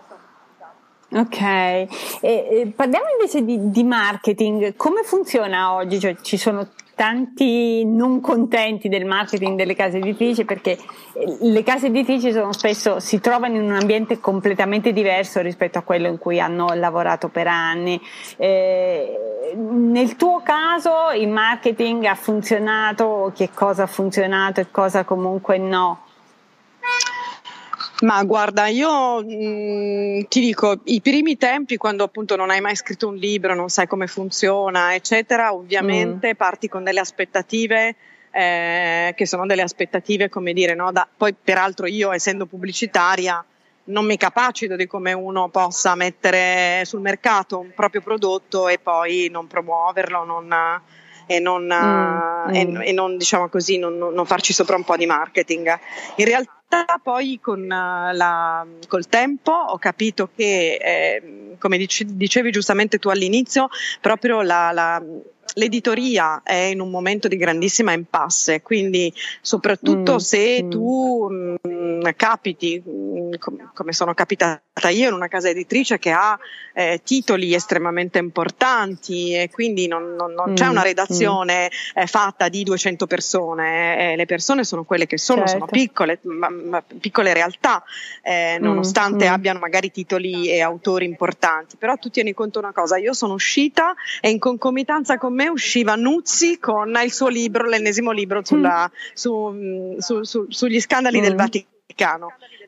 Ok, e, e parliamo invece di, di marketing. Come funziona oggi? Cioè, ci sono tanti non contenti del marketing delle case editrici, perché le case editrici sono spesso, si trovano in un ambiente completamente diverso rispetto a quello in cui hanno lavorato per anni. Eh, nel tuo caso il marketing ha funzionato? Che cosa ha funzionato e cosa comunque no? Ma guarda, io mh, ti dico, i primi tempi, quando appunto non hai mai scritto un libro, non sai come funziona, eccetera, ovviamente mm. parti con delle aspettative eh, che sono delle aspettative, come dire, no? Da, poi peraltro io, essendo pubblicitaria, non mi capacito di come uno possa mettere sul mercato un proprio prodotto e poi non promuoverlo, non... e non, mm, e, mm. e non diciamo così, non, non farci sopra un po' di marketing. In realtà poi con la, col tempo ho capito che, eh, come dice, dicevi giustamente tu all'inizio, proprio la, la l'editoria è in un momento di grandissima impasse, quindi soprattutto mm, se mm. tu mh, capiti, mh, com- come sono capitata io, in una casa editrice che ha eh, titoli estremamente importanti, e quindi non, non, non mm, c'è una redazione mm. eh, fatta di duecento persone, eh, le persone sono quelle che sono, certo. sono piccole, ma, ma piccole realtà, eh, nonostante mm, abbiano magari titoli e autori importanti. Però tu tieni conto una cosa: io sono uscita e in concomitanza con me usciva Nuzzi con il suo libro, l'ennesimo libro sulla, su, su, su, sugli scandali mm. del Vaticano.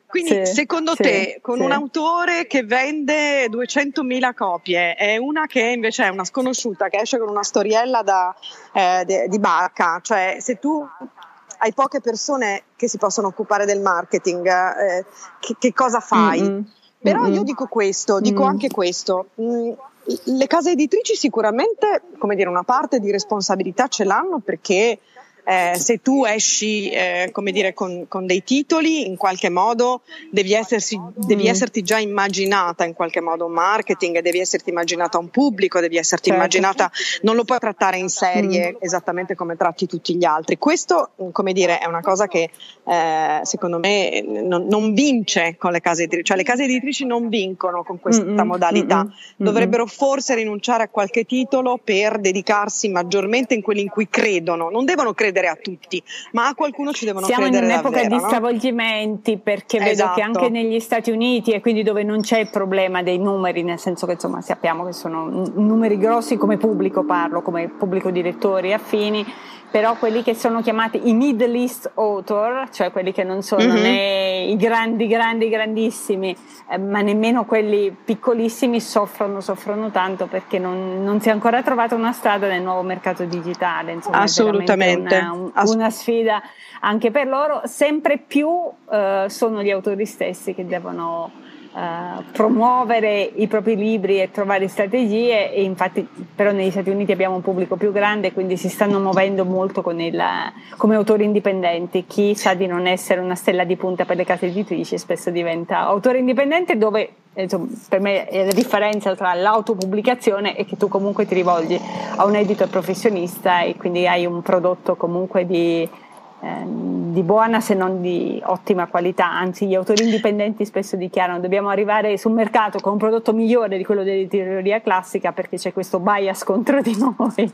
Quindi sì, secondo sì, te, con sì. un autore che vende duecentomila copie e una che invece è una sconosciuta, che esce con una storiella da, eh, de, di barca, cioè se tu hai poche persone che si possono occupare del marketing, eh, che, che cosa fai? Mm-mm. Però Mm-mm. io dico questo, dico Mm. anche questo. Mh, le case editrici sicuramente, come dire, una parte di responsabilità ce l'hanno, perché eh, se tu esci eh, come dire, con, con dei titoli, in qualche modo devi, essersi, devi Mm. esserti già immaginata in qualche modo un marketing, devi esserti immaginata un pubblico, devi esserti Certo. immaginata, non lo puoi trattare in serie Mm. esattamente come tratti tutti gli altri. Questo, come dire, è una cosa che eh, secondo me non, non vince con le case editrici, cioè le case editrici non vincono con questa Mm-mm. modalità. Mm-mm. Dovrebbero forse rinunciare a qualche titolo per dedicarsi maggiormente in quelli in cui credono. Non devono credere a tutti, ma a qualcuno ci devono Siamo credere in un'epoca davvero, di no? stravolgimenti, perché vedo Esatto. che anche negli Stati Uniti, e quindi dove non c'è il problema dei numeri, nel senso che insomma sappiamo che sono numeri grossi come pubblico, parlo come pubblico di lettori affini, però quelli che sono chiamati i middle list author, cioè quelli che non sono Mm-hmm. né i grandi grandi grandissimi eh, ma nemmeno quelli piccolissimi, soffrono soffrono tanto, perché non, non si è ancora trovata una strada nel nuovo mercato digitale. Insomma, Assolutamente. è veramente una, un, Ass- una sfida anche per loro. Sempre più eh, sono gli autori stessi che devono Uh, promuovere i propri libri e trovare strategie, e infatti però negli Stati Uniti abbiamo un pubblico più grande, quindi si stanno muovendo molto con il, come autori indipendenti. Chi sa di non essere una stella di punta per le case editrici spesso diventa autore indipendente, dove insomma, per me la differenza tra l'autopubblicazione è che tu comunque ti rivolgi a un editor professionista e quindi hai un prodotto comunque di Eh, di buona, se non di ottima qualità. Anzi, gli autori indipendenti spesso dichiarano: dobbiamo arrivare sul mercato con un prodotto migliore di quello dell'editoria classica, perché c'è questo bias contro di noi.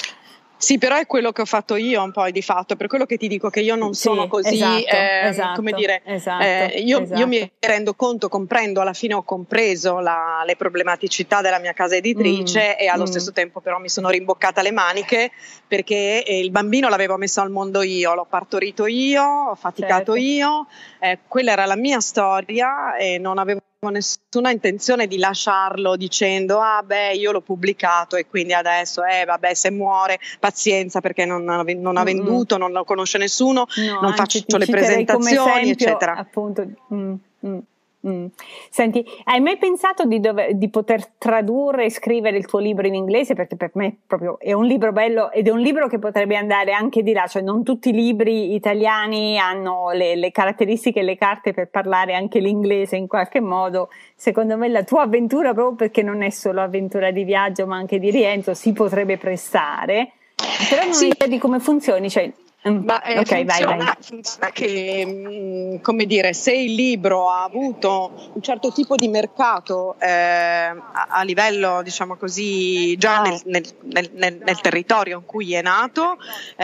Sì, però è quello che ho fatto io un po' di fatto, per quello che ti dico che io non Sì, sono così, esatto, eh, esatto, come dire, esatto, eh, io, esatto. io mi rendo conto, comprendo, alla fine ho compreso la, le problematicità della mia casa editrice mm, e allo mm. stesso tempo però mi sono rimboccata le maniche, perché eh, il bambino l'avevo messo al mondo io, l'ho partorito io, ho faticato certo. io, eh, quella era la mia storia e non avevo nessuna intenzione di lasciarlo dicendo ah beh io l'ho pubblicato e quindi adesso eh vabbè se muore pazienza perché non ha, non ha venduto, mm-hmm. non lo conosce nessuno, no, non anzi, faccio le presentazioni come esempio, eccetera appunto. Mm, mm. Mm. Senti, hai mai pensato di, dove, di poter tradurre e scrivere il tuo libro in inglese? Perché per me proprio è un libro bello ed è un libro che potrebbe andare anche di là, cioè non tutti i libri italiani hanno le, le caratteristiche e le carte per parlare anche l'inglese in qualche modo. Secondo me la tua avventura, proprio perché non è solo avventura di viaggio ma anche di rientro, si potrebbe prestare, però non sì. ho idea di come funzioni, cioè Ma eh, okay, funziona, vai, vai. funziona che, mh, come dire, se il libro ha avuto un certo tipo di mercato eh, a, a livello, diciamo così, già nel, nel, nel, nel, nel territorio in cui è nato,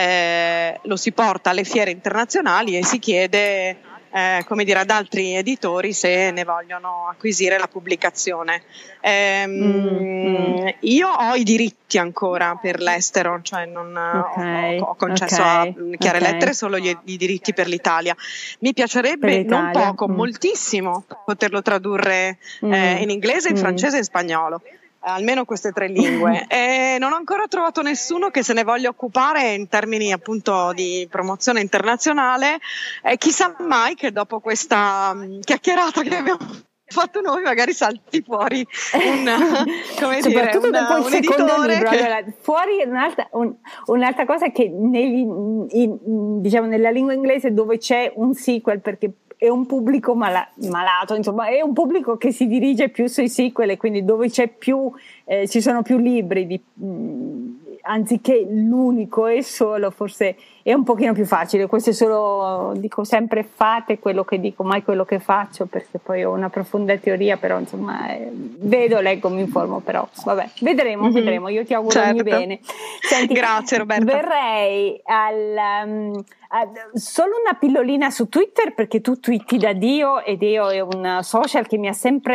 eh, lo si porta alle fiere internazionali e si chiede Eh, come dire, ad altri editori se ne vogliono acquisire la pubblicazione. Eh, mm. Io ho i diritti ancora per l'estero, cioè non okay, ho, ho concesso okay, a Chiare okay. Lettere solo gli, i diritti per l'Italia. Mi piacerebbe non poco, mm. moltissimo poterlo tradurre mm. eh, in inglese, in mm. francese e in spagnolo. Almeno queste tre lingue e non ho ancora trovato nessuno che se ne voglia occupare in termini appunto di promozione internazionale e chissà mai che dopo questa um, chiacchierata che abbiamo fatto noi magari salti fuori un, come dire, una, un editore libro. Che... Allora, fuori un'altra, un, un'altra cosa che negli, in, diciamo nella lingua inglese dove c'è un sequel, perché è un pubblico mala, malato, insomma, è un pubblico che si dirige più sui sequel e quindi dove c'è più, eh, ci sono più libri di, mh, anziché l'unico e solo, forse è un pochino più facile. Questo è solo, dico sempre fate quello che dico, mai quello che faccio, perché poi ho una profonda teoria, però insomma eh, vedo, leggo, mi informo, però vabbè, vedremo, mm-hmm. vedremo, io ti auguro certo. ogni bene. Senti, grazie Roberta. Verrei al... Um, solo una pillolina su Twitter, perché tu twitti da Dio ed io è un social che mi ha sempre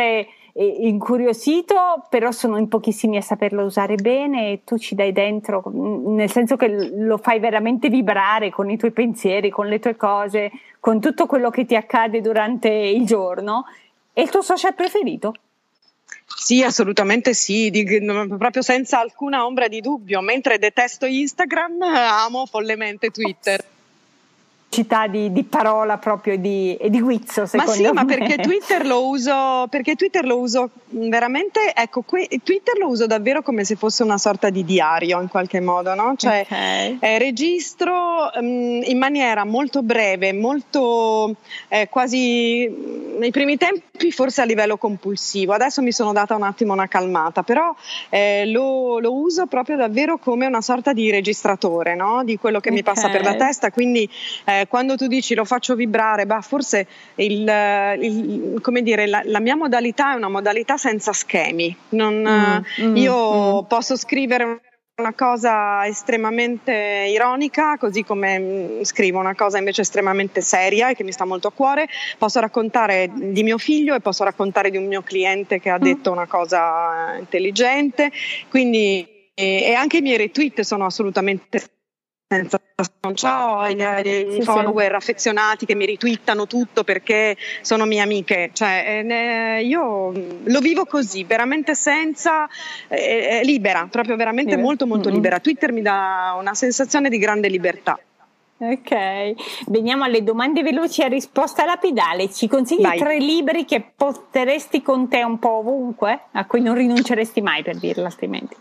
incuriosito, però sono in pochissimi a saperlo usare bene, e tu ci dai dentro, nel senso che lo fai veramente vibrare con i tuoi pensieri, con le tue cose, con tutto quello che ti accade durante il giorno. È il tuo social preferito? Sì, assolutamente sì, di, proprio senza alcuna ombra di dubbio. Mentre detesto Instagram, amo follemente Twitter. Città di, di parola proprio di, e di guizzo, secondo me. Ma sì, me. ma perché Twitter lo uso, perché Twitter lo uso veramente, ecco, que, Twitter lo uso davvero come se fosse una sorta di diario in qualche modo, no? Cioè okay. eh, registro um, in maniera molto breve, molto eh, quasi nei primi tempi forse a livello compulsivo, adesso mi sono data un attimo una calmata, però eh, lo, lo uso proprio davvero come una sorta di registratore, no? Di quello che okay. mi passa per la testa, quindi eh, quando tu dici lo faccio vibrare, bah, forse il, il, come dire, la, la mia modalità è una modalità senza schemi. Non, mm, mm, io mm. posso scrivere una cosa estremamente ironica, così come scrivo una cosa invece estremamente seria e che mi sta molto a cuore. Posso raccontare di mio figlio e posso raccontare di un mio cliente che ha detto mm. una cosa intelligente. Quindi, e, e anche i miei retweet sono assolutamente senza, non ho i sì, follower sì. affezionati che mi ritwittano tutto perché sono mie amiche, cioè eh, io lo vivo così, veramente senza, eh, libera, proprio veramente libera. molto molto mm-hmm. libera. Twitter mi dà una sensazione di grande libertà. Ok, veniamo alle domande veloci a risposta lapidale. Ci consigli Vai. tre libri che porteresti con te un po' ovunque, a cui non rinunceresti mai, per dirlo altrimenti?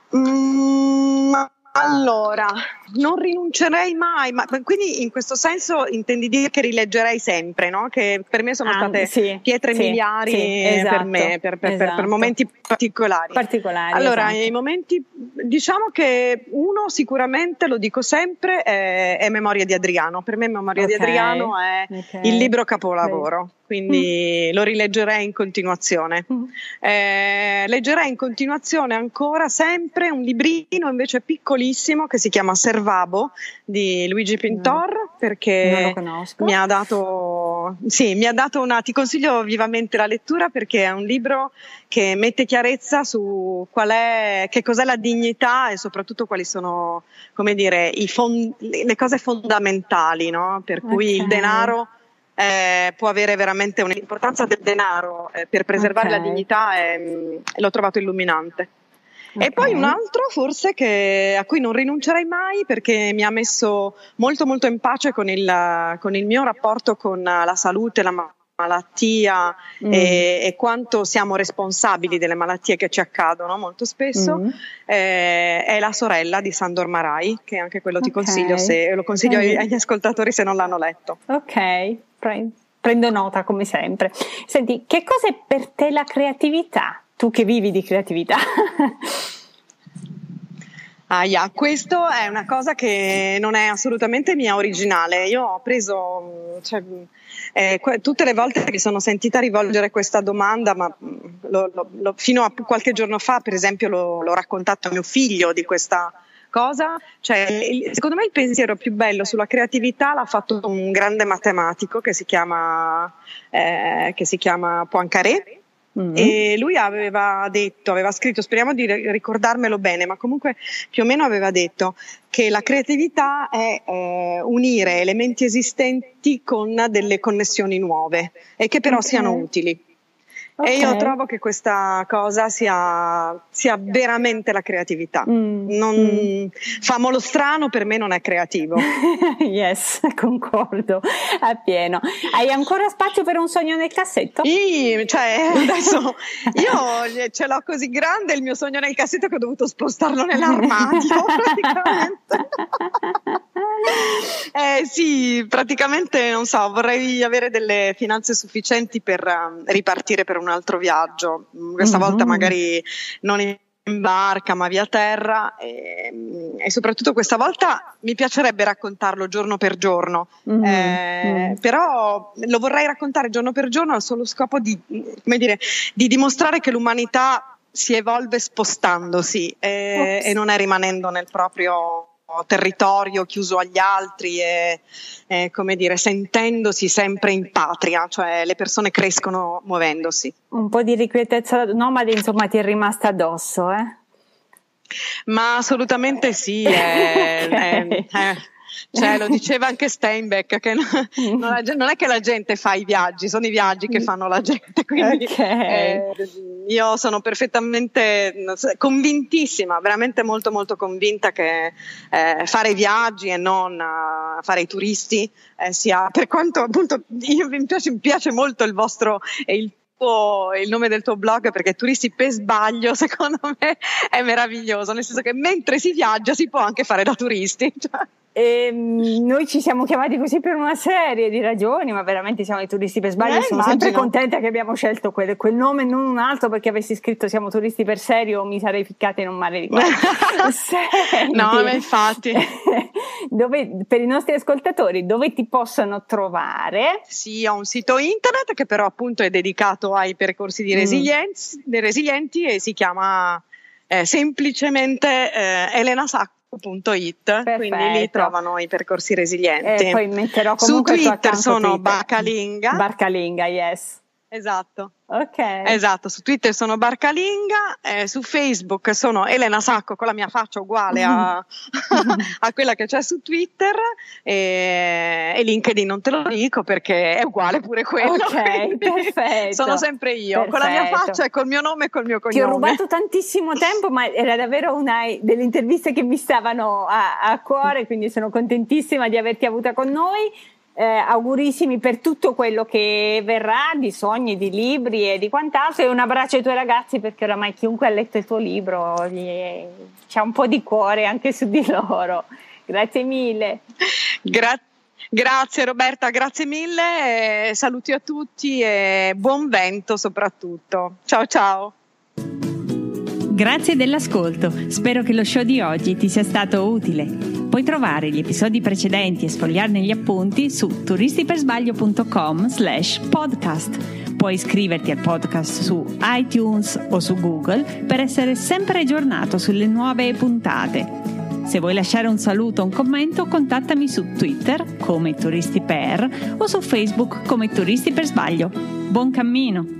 Mm, Allora, non rinuncerei mai, ma quindi in questo senso intendi dire che rileggerei sempre, no? Che per me sono ah, state sì, pietre sì, miliari sì, esatto, per me, per, per, esatto. per, per momenti particolari. particolari allora, esatto. i momenti, diciamo che uno sicuramente, lo dico sempre, è, è Memoria di Adriano. Per me Memoria okay, di Adriano è okay. il libro capolavoro. Sì. Quindi mm. lo rileggerei in continuazione. Mm. Eh, leggerei in continuazione ancora sempre un librino invece piccolissimo che si chiama Servabo di Luigi Pintor, no. perché non lo conosco. mi ha dato, sì, mi ha dato una, ti consiglio vivamente la lettura perché è un libro che mette chiarezza su qual è, che cos'è la dignità e soprattutto quali sono, come dire, i fond, le cose fondamentali, no? Per cui okay. il denaro Eh, può avere veramente un'importanza del denaro eh, per preservare okay. la dignità e, e l'ho trovato illuminante. Okay. E poi un altro forse che, a cui non rinuncerei mai perché mi ha messo molto molto in pace con il, con il mio rapporto con la salute, la malattia mm. e, e quanto siamo responsabili delle malattie che ci accadono molto spesso mm. eh, è La sorella di Sandor Marai, che anche quello ti okay. consiglio, se lo consiglio okay. agli ascoltatori se non l'hanno letto. Ok, prendo nota come sempre. Senti, che cosa è per te la creatività? Tu che vivi di creatività. Ah, yeah. Questo è una cosa che non è assolutamente mia originale. Io ho preso, cioè, eh, que- tutte le volte che mi sono sentita rivolgere questa domanda, ma lo, lo, lo, fino a qualche giorno fa, per esempio, l'ho, l'ho raccontato a mio figlio di questa cosa. Cioè, il, secondo me il pensiero più bello sulla creatività l'ha fatto un grande matematico che si chiama, eh, che si chiama Poincaré. Mm-hmm. E lui aveva detto, aveva scritto, speriamo di ricordarmelo bene, ma comunque più o meno aveva detto che la creatività è eh, unire elementi esistenti con delle connessioni nuove e che però okay. siano utili. Okay. E io trovo che questa cosa sia, sia veramente la creatività. Mm. Non, mm. Famolo strano per me non è creativo. Yes, concordo appieno. Hai ancora spazio per un sogno nel cassetto? Sì, cioè adesso io ce l'ho così grande il mio sogno nel cassetto che ho dovuto spostarlo nell'armadio praticamente. Eh sì, praticamente non so, vorrei avere delle finanze sufficienti per um, ripartire per un altro viaggio, questa mm-hmm. volta magari non in barca ma via terra e, e soprattutto questa volta mi piacerebbe raccontarlo giorno per giorno, mm-hmm. Eh, mm. però lo vorrei raccontare giorno per giorno al solo scopo di, come dire, di dimostrare che l'umanità si evolve spostandosi e, e non è rimanendo nel proprio territorio chiuso agli altri e, e come dire, sentendosi sempre in patria, cioè le persone crescono muovendosi. Un po' di riquietezza nomade, insomma, ti è rimasta addosso, eh? Ma assolutamente sì, è, okay. è, è, cioè lo diceva anche Steinbeck, che non, non è che la gente fa i viaggi, sono i viaggi che fanno la gente, quindi okay. eh, io sono perfettamente convintissima, veramente molto molto convinta che eh, fare i viaggi e non uh, fare i turisti eh, sia, per quanto appunto io, mi, piace, mi piace molto il vostro e il il nome del tuo blog, perché Turisti per Sbaglio secondo me è meraviglioso, nel senso che mentre si viaggia si può anche fare da turisti, cioè. E noi ci siamo chiamati così per una serie di ragioni, ma veramente siamo i Turisti per Sbaglio. Eh, sono immagino. sempre contenta che abbiamo scelto quel, quel nome e non un altro, perché avessi scritto siamo turisti per serio mi sarei ficcata in un mare di guai. No, ma infatti dove, per i nostri ascoltatori, dove ti possono trovare? Sì, ho un sito internet che però appunto è dedicato ai percorsi di resilienza, mm. dei resilienti, e si chiama eh, semplicemente eh, Elena Sacco punto it, quindi lì trovano i percorsi resilienti. E poi metterò comunque su Twitter sono Twitter. Barcalinga. Barcalinga, yes. Esatto. Ok. Esatto, su Twitter sono Barcalinga, eh, su Facebook sono Elena Sacco con la mia faccia uguale a, a quella che c'è su Twitter, e, e LinkedIn non te lo dico perché è uguale pure quello. Ok, perfetto. Sono sempre io, perfetto. Con la mia faccia e col mio nome e col mio cognome. Ti ho rubato tantissimo tempo, ma era davvero una delle interviste che mi stavano a, a cuore, quindi sono contentissima di averti avuta con noi. Eh, augurissimi per tutto quello che verrà, di sogni, di libri e di quant'altro, e un abbraccio ai tuoi ragazzi, perché oramai chiunque ha letto il tuo libro gli è... c'è un po' di cuore anche su di loro. Grazie mille. Gra- grazie Roberta, grazie mille, e saluti a tutti e buon vento soprattutto. Ciao ciao. Grazie dell'ascolto, spero che lo show di oggi ti sia stato utile. Puoi trovare gli episodi precedenti e sfogliarne gli appunti su turistipersbaglio punto com slash podcast. Puoi iscriverti al podcast su iTunes o su Google per essere sempre aggiornato sulle nuove puntate. Se vuoi lasciare un saluto o un commento, contattami su Twitter come Turisti Per o su Facebook come Turisti per Sbaglio. Buon cammino!